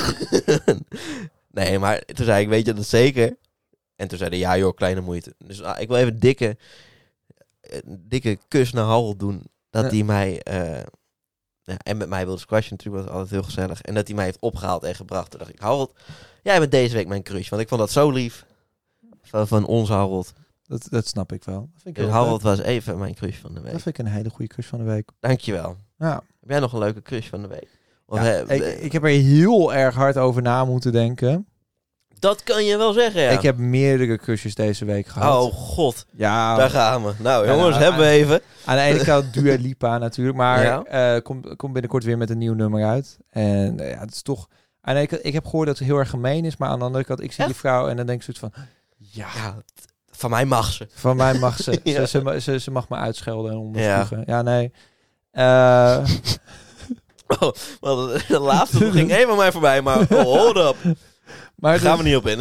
nee, maar toen zei ik, weet je dat zeker? En toen zei hij, ja joh, kleine moeite. Dus ah, ik wil even dikke, een dikke kus naar Harold doen. Dat Ja. hij mij... Uh, ja, en met mij wilde squashen natuurlijk, was altijd heel gezellig. En dat hij mij heeft opgehaald en gebracht. Toen dacht ik, Harold, jij bent deze week mijn crush. Want ik vond dat zo lief. Van, van ons Harold. Dat, dat snap ik wel. Dat vind ik Dus heel Harold leuk. was even mijn crush van de week. Dat vind ik een hele goede kus van de week. Dankjewel. Ja. Heb jij nog een leuke crush van de week? Of, Ja, eh, ik, ik heb er heel erg hard over na moeten denken. dat kan je wel zeggen, ja. Ik heb meerdere crushes deze week gehad. Oh god, Ja, daar gaan we. Nou Ja, jongens, nou, hebben we even. aan de ene kant Dua Lipa natuurlijk, maar Ja. eh komt komt binnenkort weer met een nieuw nummer uit. En eh, ja, het is toch En ik, ik heb gehoord dat het heel erg gemeen is, maar aan de andere kant, ik zie Echt? die vrouw en dan denk ik soort van, ja, Ja, t- van mij mag ze. van mij mag ze. Ja. ze, ze, ze, ze mag me uitschelden en onderspugen. Ja, ja nee. Uh, Oh, wel, de, de laatste ging even aan mij voorbij, maar oh, hold up. maar Daar gaan dus- we niet op in.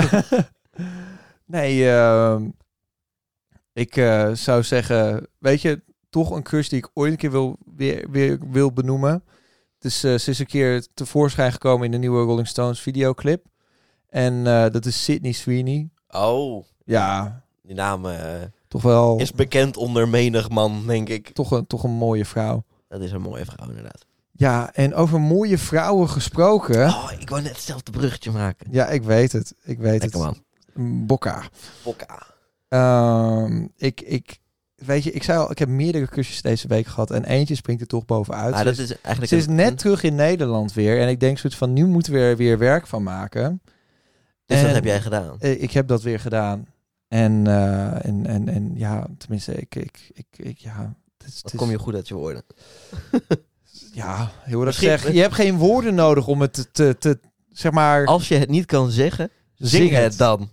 nee, uh, ik uh, zou zeggen, weet je, toch een crush die ik ooit een keer wil, weer, weer wil benoemen. Dus uh, ze is een keer tevoorschijn gekomen in de nieuwe Rolling Stones videoclip. En uh, dat is Sydney Sweeney. Oh, Ja, die naam uh, toch wel is bekend onder menig man, denk ik. toch een, toch een mooie vrouw. Dat is een mooie vrouw, inderdaad. Ja, en over mooie vrouwen gesproken. Oh, ik wou net hetzelfde bruggetje maken. Ja, ik weet het. Ik weet Lekker het. man. Bokka. Bokka. Um, ik, ik, weet je, ik zei al, ik heb meerdere cursussen deze week gehad en eentje springt er toch bovenuit. Ah, Ze dat is, is eigenlijk ze is een- net een- terug in Nederland weer en ik denk soort van, nu moeten we er weer werk van maken. Dus En, dat heb jij gedaan. eh, Ik heb dat weer gedaan. En, uh, en, en, en ja, tenminste, ik, ik, ik, ik ja. Het is, het Dan is- kom je goed uit je woorden. Ja, heel erg Misschien- zeg. Je hebt geen woorden nodig om het te, te, te zeg maar, Als je het niet kan zeggen, zing, zing het dan.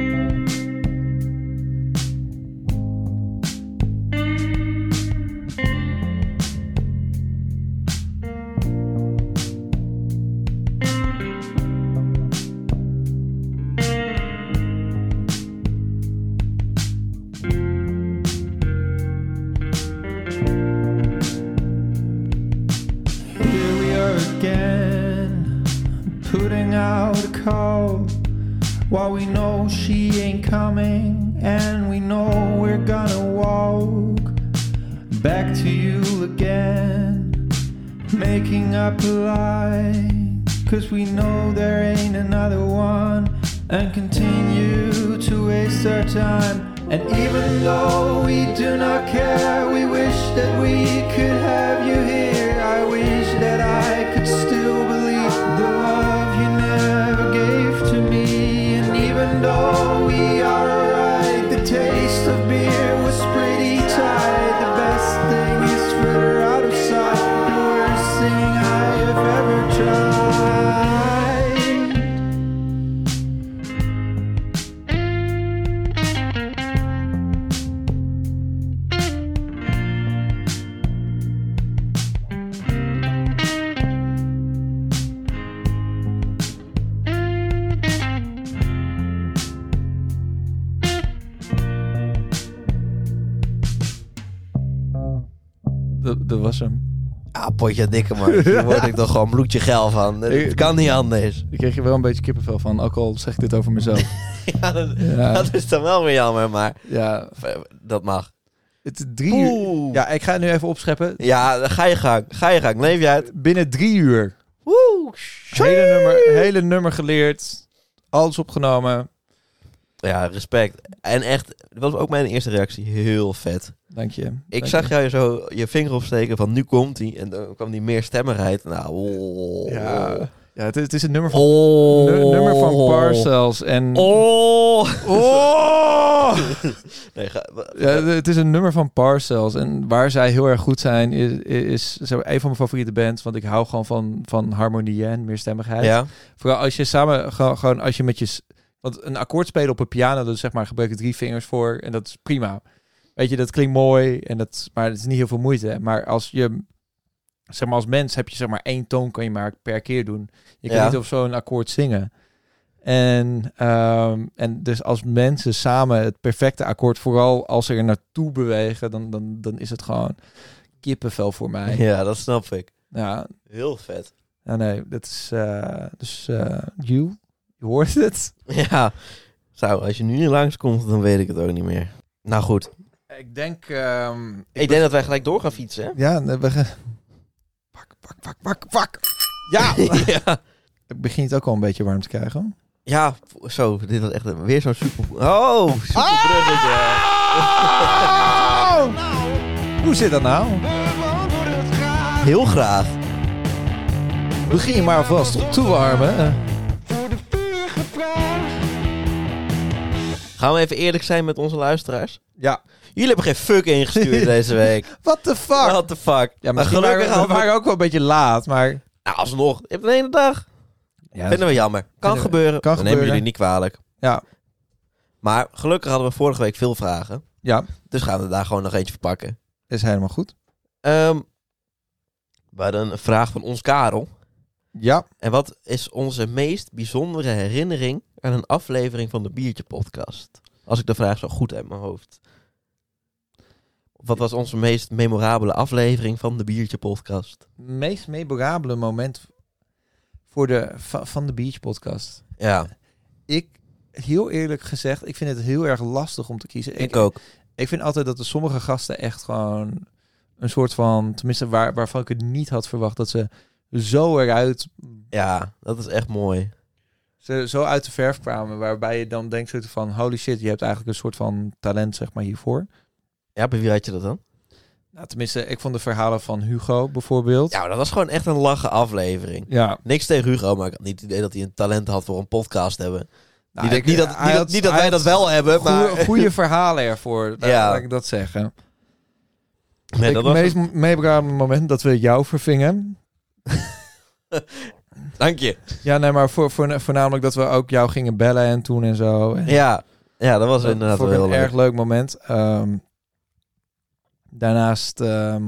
Here we are again, putting out a call. While we know she ain't coming, and we know we're gonna walk back to you again, making up a lie, 'cause we know there ain't another one, and continue to waste our time. And even though we do not care, we wish that we could have you here. I wish that I could still believe the love you never gave to me. And even though we are alright, the taste of beer was pretty tight. The best thing is further out of sight. The worst thing I have ever tried. dat, dat was hem. Ah, potje dikke man. Hier word ik toch gewoon bloedje geil van. Het kan niet anders. Ik kreeg er wel een beetje kippenvel van, ook al zeg ik dit over mezelf. Ja, dat, Ja, dat is dan wel weer jammer, maar ja, dat mag. het is drie uur. Oeh. Ja, ik ga het nu even opscheppen. Ja, dan ga je gang. Ga je gang. Leef je uit. Binnen drie uur. Woe. Hele nummer, hele nummer geleerd. Alles opgenomen. Ja, respect. En echt, dat was ook mijn eerste reactie. Heel vet. Dank je. Ik Dank zag je. jou zo je vinger opsteken van nu komt hij. En dan kwam die meer stemmerheid. Nou, oh. Ja, ja het, is, het is een nummer van, Oh. nu- nummer van Parcells. En, Oh. Oh! Nee, ga, Ja, het is een nummer van Parcells. En waar zij heel erg goed zijn, is, is ze hebben een van mijn favoriete bands. Want ik hou gewoon van, van harmonie en meerstemmigheid. ja. Vooral als je samen, gewoon, gewoon als je met je... s- Want een akkoord spelen op een piano, dat is zeg maar, gebruik je drie vingers voor. En dat is prima. Weet je, dat klinkt mooi. En dat, maar het is niet heel veel moeite. Maar als je, zeg maar als mens heb je zeg maar één toon kan je maar per keer doen. Je kan Ja. niet op zo'n akkoord zingen. En, ehm, en dus als mensen samen het perfecte akkoord, vooral als ze er naartoe bewegen, dan, dan, dan is het gewoon kippenvel voor mij. Ja, Ja, dat snap ik. ja, Heel vet. nee, dat is uh, dus uh, you, je hoort het. Ja. Zo, als je nu niet langskomt, dan weet ik het ook niet meer. Nou goed. Ik denk, um, Ik, denk dat wij gelijk door gaan fietsen, hè? ja, nee, we gaan. Pak, pak, pak, pak, pak. Ja, ja. ik begin het ook al een beetje warm te krijgen. Ja, zo. Dit was echt een- weer zo'n super... Oh, super bruggetje. Oh! Hoe zit dat nou? Heel graag. Begin je maar alvast op toewarmen. Gaan we even eerlijk zijn met onze luisteraars? Ja. Jullie hebben geen fuck ingestuurd deze week. What the fuck? What the fuck? Ja, maar misschien gelukkig waren we, we hadden we- waren ook wel een beetje laat, maar... Nou, alsnog. Je hebt een hele dag. Ja, Vinden we jammer. Kan Vinden we- gebeuren. kan Dan nemen gebeuren. jullie niet kwalijk. Ja, Maar gelukkig hadden we vorige week veel vragen. ja, Dus gaan we daar gewoon nog eentje verpakken. is helemaal goed. Um, we hadden een vraag van ons Karel. Ja, En wat is onze meest bijzondere herinnering aan een aflevering van de Biertje Podcast? Als ik de vraag zo goed uit mijn hoofd. Wat was onze meest memorabele aflevering van de Biertje Podcast? het meest memorabele moment voor de, va- van de Beach Podcast. Ja, Ik, heel eerlijk gezegd, ik vind het heel erg lastig om te kiezen. ik ook. Ik vind altijd dat er sommige gasten echt gewoon een soort van, tenminste waar, waarvan ik het niet had verwacht, dat ze zo eruit, Ja, dat is echt mooi. ze zo uit de verf kwamen, waarbij je dan denkt soort van, holy shit, je hebt eigenlijk een soort van talent, zeg maar, hiervoor. Ja, bij wie had je dat dan? Nou, tenminste, ik vond de verhalen van Hugo bijvoorbeeld. Ja, maar dat was gewoon echt een lachen aflevering. Ja. Niks tegen Hugo, maar ik had niet het idee dat hij een talent had voor een podcast hebben. Nou, niet, dat, ik- niet, dat, hij niet, dat, had- niet dat hij wij had dat wel hebben, maar... Goeie, goede verhalen ervoor, laat- Ja. laat ik dat zeggen. Nee, Ik- dat het was meest memorabele moment dat we jou vervingen. Dank je. Ja, nee, maar voor, voor, voornamelijk dat we ook jou gingen bellen en toen en zo. En Ja, ja, dat was inderdaad voor wel heel een leuk. erg leuk moment. Ehm, daarnaast, ehm,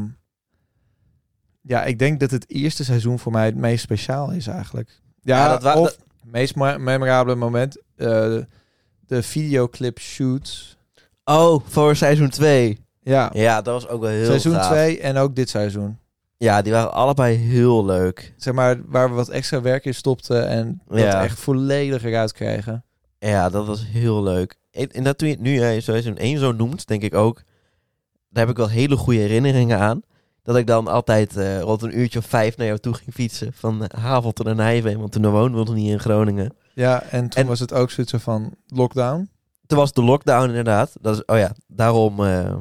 ja, ik denk dat het eerste seizoen voor mij het meest speciaal is eigenlijk. Ja, Ja, dat wa- of dat- het meest me- memorabele moment, eh, de videoclip shoot. Oh, voor seizoen twee. Ja, Ja, dat was ook wel heel seizoen gaaf. twee en ook dit seizoen. Ja, die waren allebei heel leuk. Zeg maar, waar we wat extra werk in stopten en dat Ja. echt volledig eruit kregen. Ja, dat was heel leuk. En en dat toen je het nu eh, seizoen één zo noemt, denk ik ook... Daar heb ik wel hele goede herinneringen aan. Dat ik dan altijd eh, rond een uurtje of vijf naar jou toe ging fietsen. Van Havelte naar Nijveen, want toen woonden we nog niet in Groningen. Ja, en toen En- was het ook zoiets van lockdown. Toen was de lockdown inderdaad. Dat is, oh ja, daarom... eh,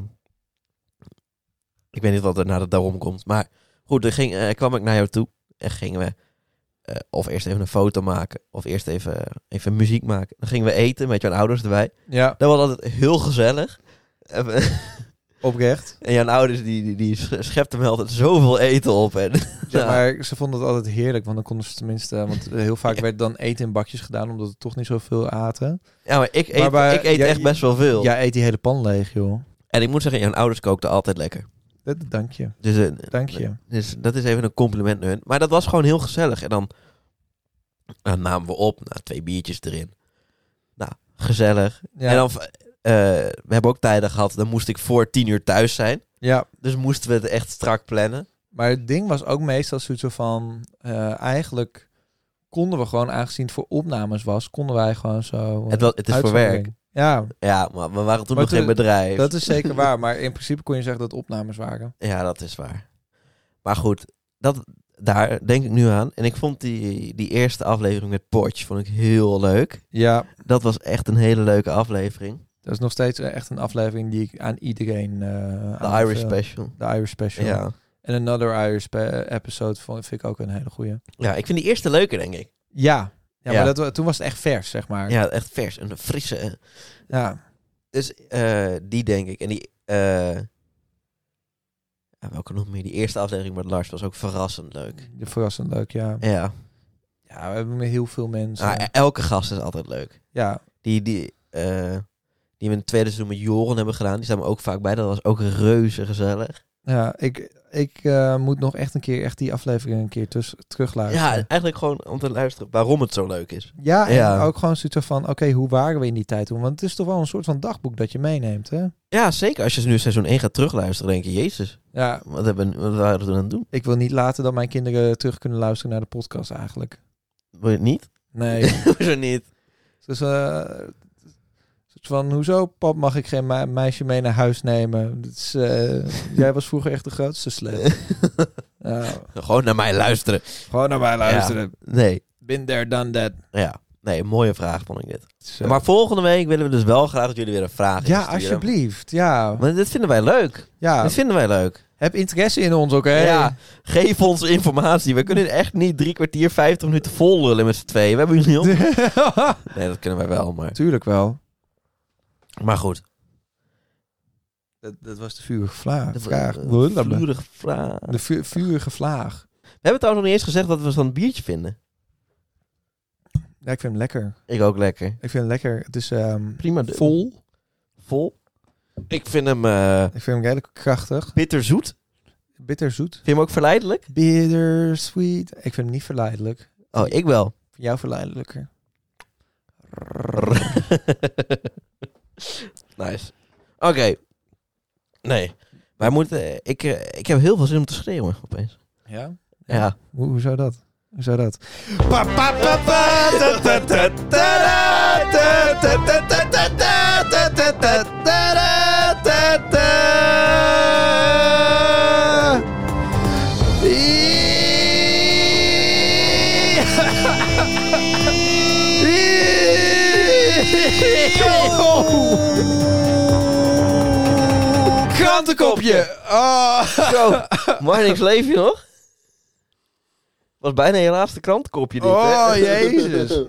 ik weet niet wat er na de daarom komt. Maar goed, dan ging, eh, kwam ik naar jou toe. En gingen we eh, of eerst even een foto maken. Of eerst even, even muziek maken. Dan gingen we eten met jouw ouders erbij. Ja, Dat was altijd heel gezellig. En oprecht. en jouw ouders die, die, die schepten me altijd zoveel eten op. En, Ja, maar ze vonden het altijd heerlijk, want dan konden ze tenminste... Want heel vaak Ja. werd dan eten in bakjes gedaan, omdat we toch niet zoveel aten. ja, maar ik eet, Maar bij- ik eet jij- echt best wel veel. Jij eet die hele pan leeg, joh. En ik moet zeggen, jouw ouders kookten altijd lekker. Dat, dank je, Dus, eh, dank je. dus dat is even een compliment naar hun. Maar dat was gewoon heel gezellig. En dan uh, namen we op, nou, twee biertjes erin. Nou, gezellig. Ja, En dan, uh, we hebben ook tijden gehad, dan moest ik voor tien uur thuis zijn. ja, Dus moesten we het echt strak plannen. maar het ding was ook meestal zoiets van... eh, eigenlijk konden we gewoon, aangezien het voor opnames was... konden wij gewoon zo... eh, Het, was, het is voor uitzondering. werk. Ja, Ja, maar we waren toen Maar nog toen- geen bedrijf. dat is zeker waar. Maar in principe kon je zeggen dat het opnames waren. Ja, dat is waar. Maar goed, dat, daar denk ik nu aan. En ik vond die, die eerste aflevering met Potch vond ik heel leuk. Ja, Dat was echt een hele leuke aflevering. dat is nog steeds echt een aflevering die ik aan iedereen... eh De aanbeveel. Irish Special. De Irish Special. Ja. En Another Irish spe- episode vond, vind ik ook een hele goeie. ja, ik vind die eerste leuker, denk ik. Ja, ja, Ja. maar dat, wa- toen was het echt vers, zeg maar. Ja, echt vers. Een frisse. eh. Ja. Dus eh, die denk ik. En die... eh, ja, welke nog meer? Die eerste aflevering met Lars was ook verrassend leuk. De verrassend leuk, ja. Ja. Ja, we hebben met heel veel mensen. Ah, elke gast is altijd leuk. ja, Die, die, eh, die we in het tweede seizoen met Joren hebben gedaan. Die staan we ook vaak bij. Dat was ook reuze gezellig. ja, ik, ik eh, moet nog echt een keer echt die aflevering een keer tuss- terugluisteren. Ja, eigenlijk gewoon om te luisteren waarom het zo leuk is. Ja, en Ja. ook gewoon zoiets van, oké, hoe waren we in die tijd toen? Want het is toch wel een soort van dagboek dat je meeneemt, hè? Ja, zeker. Als je nu seizoen één gaat terugluisteren, denk je, jezus, Ja, wat, hebben, wat waren we toen aan het doen? ik wil niet laten dat mijn kinderen terug kunnen luisteren naar de podcast eigenlijk. Wil je het niet? Nee. Hoezo niet? Dus eh soort van, hoezo, pap, mag ik geen me- meisje mee naar huis nemen? Dat is, eh, jij was vroeger echt de grootste slet. Ja, Gewoon naar mij luisteren. gewoon naar mij luisteren. Nee. Been there, done that. Ja. Nee, een mooie vraag vond ik dit. Zo. Maar volgende week willen we dus wel graag dat jullie weer een vraag ja, insturen. alsjeblieft. Ja. Want dit vinden wij leuk. ja. Dit vinden wij leuk. Heb interesse in ons, oké? Ja, geef ons informatie. We kunnen echt niet drie kwartier, vijftig minuten vol lullen met z'n tweeën. We hebben jullie op. Nee, dat kunnen wij wel, maar... Tuurlijk wel. Maar goed. Dat, dat was de vurige vla- De vraag. v- vurige vraag. De vu- vurige vlaag. We hebben trouwens nog niet eens gezegd dat we zo'n biertje vinden. Ja, ik vind hem lekker. Ik ook lekker. Ik vind hem lekker. Het is um, Prima. vol. Vol. Ik vind hem uh, Ik vind hem redelijk krachtig. bitterzoet. Bitterzoet. Vind je hem ook verleidelijk? Bittersweet. Ik vind hem niet verleidelijk. Oh, ik wel. Ik vind jou verleidelijker. Nice. Oké. Okay. Nee. Wij moeten... Ik, uh, ik heb heel veel zin om te schreeuwen opeens. Ja? Ja. ja. Hoe, hoe zou dat? Hoe zou dat? Krantenkopje! Oh. Zo, Marnix, leef je nog? Was bijna je laatste krantenkopje dit, Oh, hè? jezus.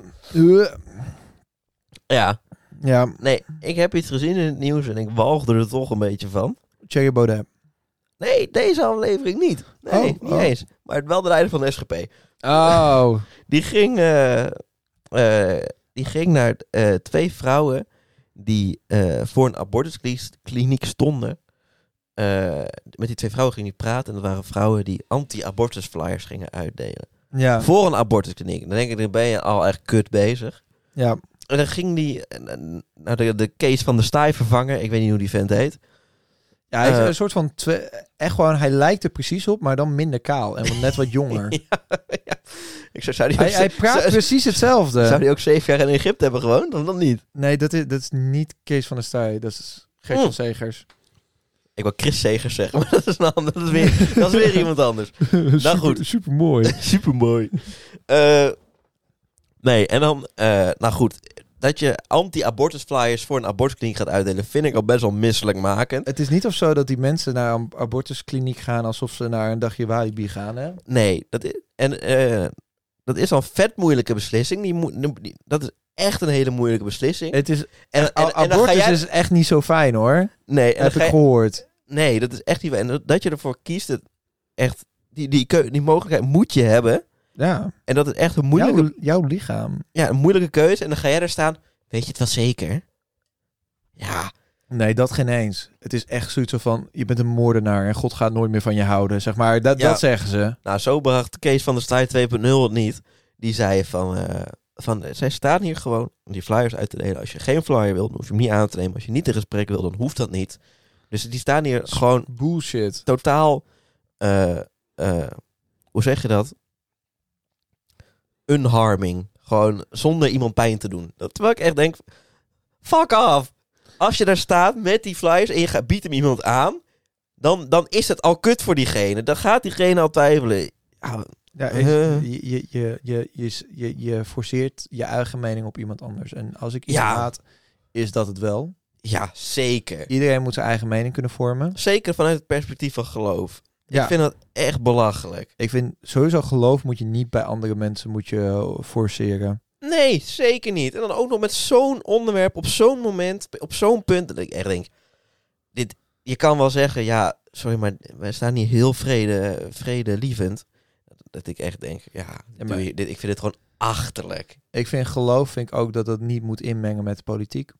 Ja. Ja. Nee, ik heb iets gezien in het nieuws en ik walgde er toch een beetje van. Thierry Baudet. Nee, deze aflevering niet. Nee, Oh, niet oh. eens. Maar wel de leider van de S G P. Oh. Die ging, uh, uh, die ging naar uh, twee vrouwen die uh, voor een abortuskliniek stonden. Uh, met die twee vrouwen ging hij praten. En dat waren vrouwen die anti-abortus flyers gingen uitdelen. Ja. Voor een abortuskliniek. Dan denk ik, dan ben je al echt kut bezig. Ja. En dan ging die nou, de, de Kees van der Staaij vervangen. Ik weet niet hoe die vent heet. Ja, hij is Uh, een soort van... Twe- echt gewoon, hij lijkt er precies op, maar dan minder kaal. En net wat jonger. ja, ja. Ik zou, zou die hij, ook, hij praat zou, precies hetzelfde. Zou die ook zeven jaar in Egypte hebben gewoond? Of dan niet? Nee, dat is, dat is niet Kees van der Staaij. Dat is Gert van Mm. Segers. Ik wil Chris Segers zeggen, maar dat is, een ander, dat is, weer, dat is weer iemand anders. Nou goed. Super mooi. Super mooi. Uh, nee, en dan... Uh, nou goed... Dat je anti-abortus flyers voor een abortuskliniek gaat uitdelen, vind ik al best wel misselijkmakend. Het is niet of zo dat die mensen naar een abortuskliniek gaan alsof ze naar een dagje Walibi gaan, hè? Nee, dat is, en, uh, dat is al een vet moeilijke beslissing. Die moet, die, dat is echt een hele moeilijke beslissing. Het is, en, en, en, en dan abortus ga jij, is echt niet zo fijn, hoor. Nee, en heb dan ik ga je, gehoord. Nee, dat is echt niet fijn. En dat, dat je ervoor kiest, het echt, die, die, keu, die mogelijkheid moet je hebben. Ja. En dat is echt een moeilijke... Jouw, jouw lichaam. Ja, een moeilijke keuze. En dan ga jij daar staan... Weet je het wel zeker? Ja. Nee, dat geen eens. Het is echt zoiets van, je bent een moordenaar en God gaat nooit meer van je houden. Zeg maar, dat, ja. dat zeggen ze. Nou, zo bracht Kees van der Staaij twee punt nul het niet. Die zei van, uh, van, zij staan hier gewoon om die flyers uit te delen. Als je geen flyer wilt, dan hoef je hem niet aan te nemen. Als je niet in gesprek wil, dan hoeft dat niet. Dus die staan hier gewoon... Bullshit. Totaal, uh, uh, hoe zeg je dat? Unharming. Gewoon zonder iemand pijn te doen. Dat, terwijl ik echt denk, fuck off. Als je daar staat met die flyers en je gaat, biedt hem iemand aan, dan, dan is het al kut voor diegene. Dan gaat diegene al twijfelen. Ja, Ja, uh. je, je, je, je, je, je, je forceert je eigen mening op iemand anders. En als ik iets Ja. haat, is dat het wel. ja, zeker. Iedereen moet zijn eigen mening kunnen vormen. Zeker vanuit het perspectief van geloof. Ja. Ik vind dat echt belachelijk. Ik vind sowieso geloof moet je niet bij andere mensen moet je forceren. Nee, zeker niet. En dan ook nog met zo'n onderwerp, op zo'n moment, op zo'n punt. Dat ik echt denk, dit, je kan wel zeggen, ja, sorry, maar wij staan hier heel vrede, vredelievend. Dat ik echt denk, ja, Ja, maar- doe je, dit, ik vind dit gewoon achterlijk. Ik vind geloof vind ik ook dat dat niet moet inmengen met de politiek.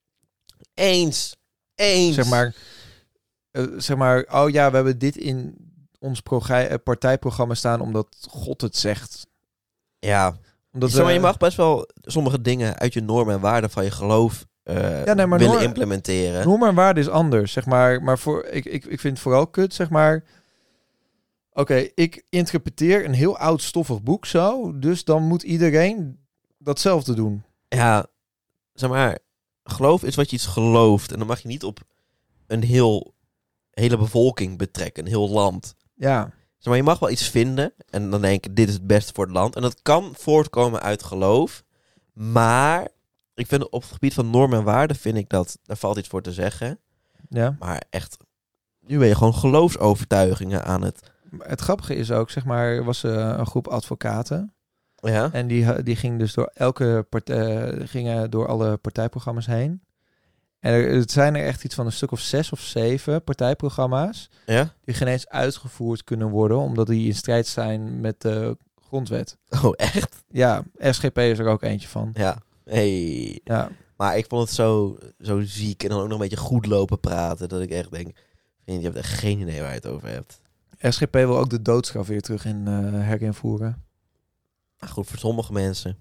Eens. Eens. Zeg maar, uh, zeg maar, oh ja, we hebben dit in ons progra- uh, partijprogramma staan omdat God het zegt. Ja. Omdat Zeg maar, we- je mag best wel sommige dingen uit je normen en waarden van je geloof uh, Ja, nee, maar willen norm- implementeren. Normen en waarde is anders, zeg maar. Maar voor, ik, ik, ik vind het vooral kut, zeg maar. Oké, okay, ik interpreteer een heel oud stoffig boek zo. Dus dan moet iedereen datzelfde doen. Ja, zeg maar, geloof is wat je iets gelooft. En dan mag je niet op een heel, hele bevolking betrekken, een heel land. Ja. Zeg maar, je mag wel iets vinden en dan denk ik, dit is het beste voor het land. En dat kan voortkomen uit geloof. Maar ik vind op het gebied van normen en waarden, vind ik dat, daar valt iets voor te zeggen. Ja. Maar echt, nu ben je gewoon geloofsovertuigingen aan het... Het grappige is ook, zeg maar, er was uh, een groep advocaten. Ja? En die, die ging dus door elke partij, uh, gingen door alle partijprogramma's heen. En er, het zijn er echt iets van een stuk of zes of zeven partijprogramma's. Ja? Die geen eens uitgevoerd kunnen worden, omdat die in strijd zijn met de grondwet. Oh, echt? Ja, S G P is er ook eentje van. Ja. Hey. Ja. Maar ik vond het zo, zo ziek en dan ook nog een beetje goed lopen praten. Dat ik echt denk, vriend, je hebt echt geen idee waar je het over hebt. S G P wil ook de doodstraf weer terug in uh, herinvoeren. Nou goed, voor sommige mensen.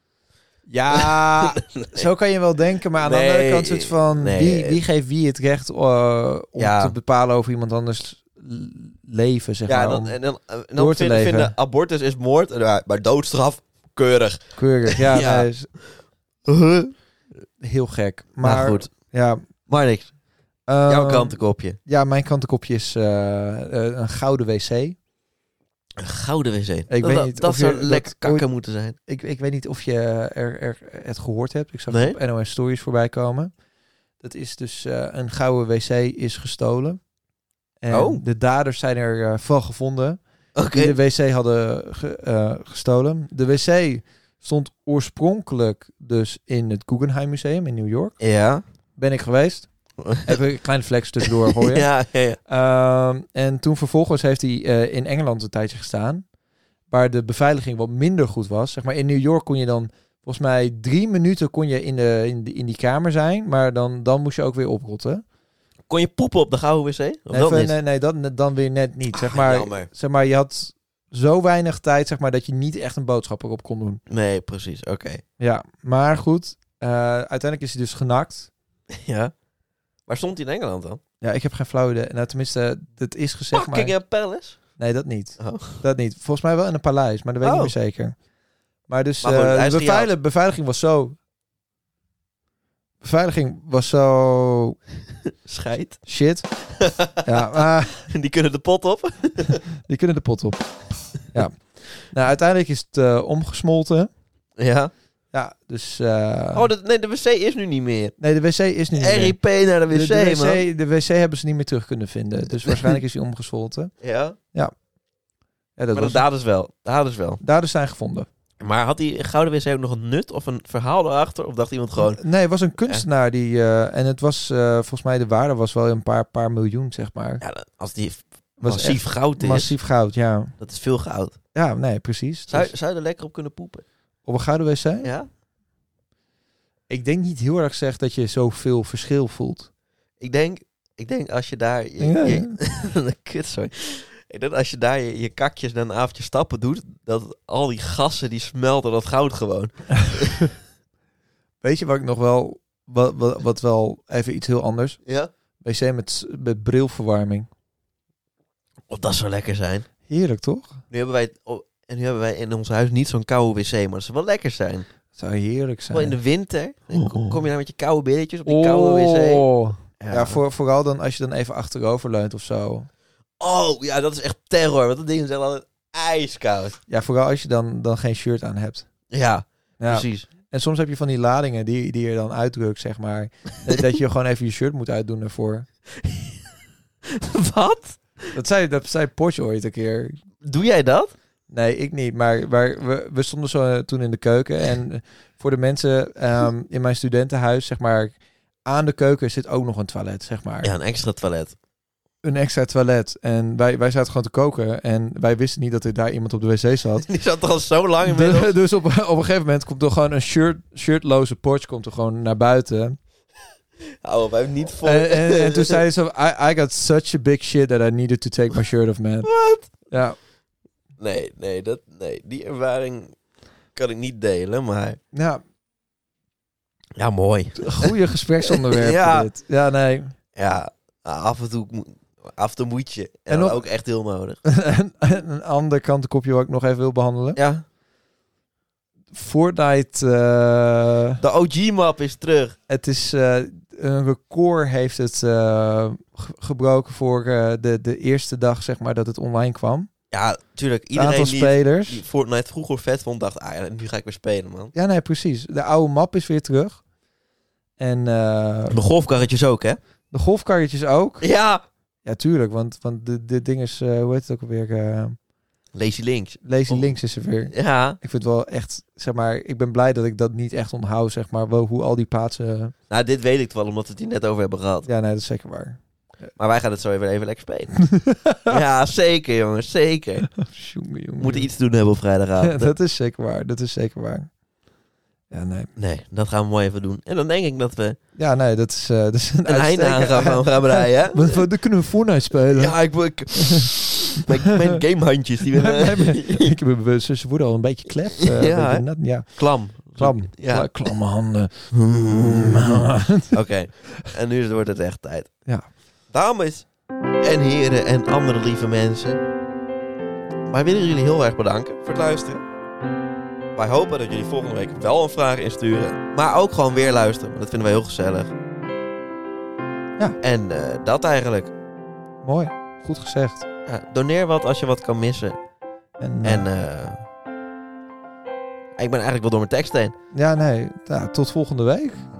Ja, nee. Zo kan je wel denken. Maar aan nee, de andere kant is het van... Nee. Wie, wie geeft wie het recht uh, om ja. te bepalen over iemand anders leven, zeg ja, maar. en dan, om en dan, en dan door te vinden, leven. vinden abortus is moord, maar doodstraf, keurig. Keurig, ja. Ja. Nee, is uh-huh. Heel gek. Maar nou goed, ja... maar niks. Uh, Jouw krantenkopje. Ja, mijn krantenkopje is uh, uh, een gouden wc. Een gouden wc. Ik dat weet dat, niet dat of zou je, lekker dat kakken ooit, moeten zijn. Ik, ik weet niet of je er, er het gehoord hebt. Ik zag Nee? het op N O S Stories voorbij komen. Dat is dus uh, een gouden wc is gestolen. En oh. de daders zijn er uh, van gevonden. Okay. Die de wc hadden ge, uh, gestolen. De wc stond oorspronkelijk dus in het Guggenheim Museum in New York. Ja. Ben ik geweest. Even een kleine flex tussendoor gooien. ja, ja, ja. Uh, en toen vervolgens heeft hij uh, in Engeland een tijdje gestaan. Waar de beveiliging wat minder goed was. Zeg maar in New York kon je dan... Volgens mij drie minuten kon je in, de, in, de, in die kamer zijn. Maar dan, dan moest je ook weer oprotten. Kon je poepen op de gouden wc? Of Nee, dan nee, niet? nee, nee dat, dat weer net niet. Zeg Ah, maar, jammer. zeg maar, je had zo weinig tijd zeg maar, dat je niet echt een boodschap erop kon doen. Nee, precies. Oké. Okay. Ja, maar goed. Uh, uiteindelijk is hij dus genakt. Ja. Waar stond hij in Engeland dan? Ja, ik heb geen flauw idee. Nou, tenminste, het is gezegd maar... Buckingham Palace? Nee, dat niet. Oh. Dat niet. Volgens mij wel in een paleis, maar dat weet ik oh. niet meer zeker. Maar dus maar goed, uh, hij de is beveilig, beveiliging was zo... Beveiliging was zo... Scheid. Shit. ja, maar... Die kunnen de pot op. Die kunnen de pot op. Ja. Nou, uiteindelijk is het uh, omgesmolten. Ja. Ja, dus... Uh... Oh, de, nee, de wc is nu niet meer. Nee, de wc is nu niet R I P meer. naar de wc, de, de wc, man. de wc hebben ze niet meer terug kunnen vinden. Dus waarschijnlijk is hij omgesmolten. Ja? Ja. Ja, dat maar was de daders wel. De daders wel. Daders zijn gevonden. Maar had die gouden wc ook nog een nut of een verhaal erachter? Of dacht iemand gewoon... Nee, het was een kunstenaar die... Uh, en het was, uh, volgens mij, de waarde was wel een paar, paar miljoen, zeg maar. Ja, als die was massief goud is... Massief goud, ja. Dat is veel goud. Ja, nee, precies. Zou, dus zou je er lekker op kunnen poepen? op een gouden wc? Ja? Ik denk niet heel erg zeg dat je zoveel verschil voelt. Ik denk, ik denk als je daar... Je, Ja, je, ja. Kut, sorry. Ik denk als je daar je, je kakjes na een avondje stappen doet... dat al die gassen die smelten dat goud gewoon. Weet je wat ik nog wel... Wat, wat, wat wel even iets heel anders. Ja? Wc met, met brilverwarming. Of dat zou lekker zijn. Heerlijk, toch? Nu hebben wij, oh, en nu hebben wij in ons huis niet zo'n koude wc, maar dat zou wel lekker zijn. Het zou heerlijk zijn. Wel in de winter, dan Oh. kom je daar met je koude billetjes op die koude wc. Oh. Ja, Ja, voor, vooral dan als je dan even achterover leunt of zo. oh, ja, dat is echt terror, want dat ding is echt altijd ijskoud. Ja, vooral als je dan, dan geen shirt aan hebt. Ja, Ja. precies. En soms heb je van die ladingen die, die je dan uitdrukt, zeg maar. dat, dat je gewoon even je shirt moet uitdoen ervoor. Wat? Dat zei, dat zei Porsche ooit een keer. Doe jij dat? Nee, ik niet. Maar, maar we, we stonden zo uh, toen in de keuken. En voor de mensen um, in mijn studentenhuis, zeg maar, aan de keuken zit ook nog een toilet, zeg maar. Ja, een extra toilet. Een extra toilet. En wij, wij zaten gewoon te koken. En wij wisten niet dat er daar iemand op de wc zat. Die zat er al zo lang inmiddels. De, dus op, op een gegeven moment komt er gewoon een shirt, shirtloze Porsche komt er gewoon naar buiten. Oh, wij hebben niet vol. En, en, en toen zei hij zo, I, I got such a big shit that I needed to take my shirt off, man. Wat? Ja. Nee, nee, dat, nee, die ervaring kan ik niet delen, maar... Ja, Ja, mooi. goede gespreksonderwerp. Ja. Dit. Ja, nee. Ja, af en toe, mo- af en toe moet je. En, En en nog- ook echt heel nodig. En een ander kantenkopje wat ik nog even wil behandelen. Ja, Fortnite, uh, de O G-map is terug. het is uh, een record heeft het uh, ge- gebroken voor uh, de, de eerste dag, zeg maar, dat het online kwam. Ja, tuurlijk. Het Iedereen aantal die, spelers. die Fortnite vroeger vet vond, dacht, ah ja, nu ga ik weer spelen, man. Ja, nee, precies. De oude map is weer terug. En uh, De golfkarretjes ook, hè? de golfkarretjes ook. Ja. Ja, tuurlijk, want, want de, de ding is, uh, hoe heet het ook alweer? Uh, Lazy Links. Lazy Oh. Links is er weer. Ja. Ik vind het wel echt, zeg maar, ik ben blij dat ik dat niet echt onthoud, zeg maar, wel hoe al die plaatsen... Nou, dit weet ik wel, omdat we het hier net over hebben gehad. Ja, nee, dat is zeker waar. Maar wij gaan het zo even, even lekker spelen. Ja, zeker jongens, zeker. Jongen, jongen. We moeten iets te doen hebben op vrijdagavond. Ja, dat is zeker waar. Dat is zeker waar. Ja, nee. Nee, dat gaan we mooi even doen. En dan denk ik dat we Ja, nee, dat is, uh, dat is een, een einde aan gaan, gaan, gaan breien. Hè? Maar dan kunnen we Fortnite spelen. Ja, ik... ik mijn, mijn gamehandjes, die willen... Ik heb mijn zussen worden al een beetje klep. Uh, Ja, beetje nat, ja. Klam. Klam. Ja. Kla- klamme handen. Oké, okay. En nu wordt het echt tijd. Ja. Dames en heren en andere lieve mensen. Wij willen jullie heel erg bedanken voor het luisteren. Wij hopen dat jullie volgende week wel een vraag insturen. Maar ook gewoon weer luisteren. Want dat vinden wij heel gezellig. Ja. En uh, dat eigenlijk. Mooi. Goed gezegd. Ja, doneer wat als je wat kan missen. En, uh, En uh, ik ben eigenlijk wel door mijn tekst heen. ja, nee. Ja, tot volgende week.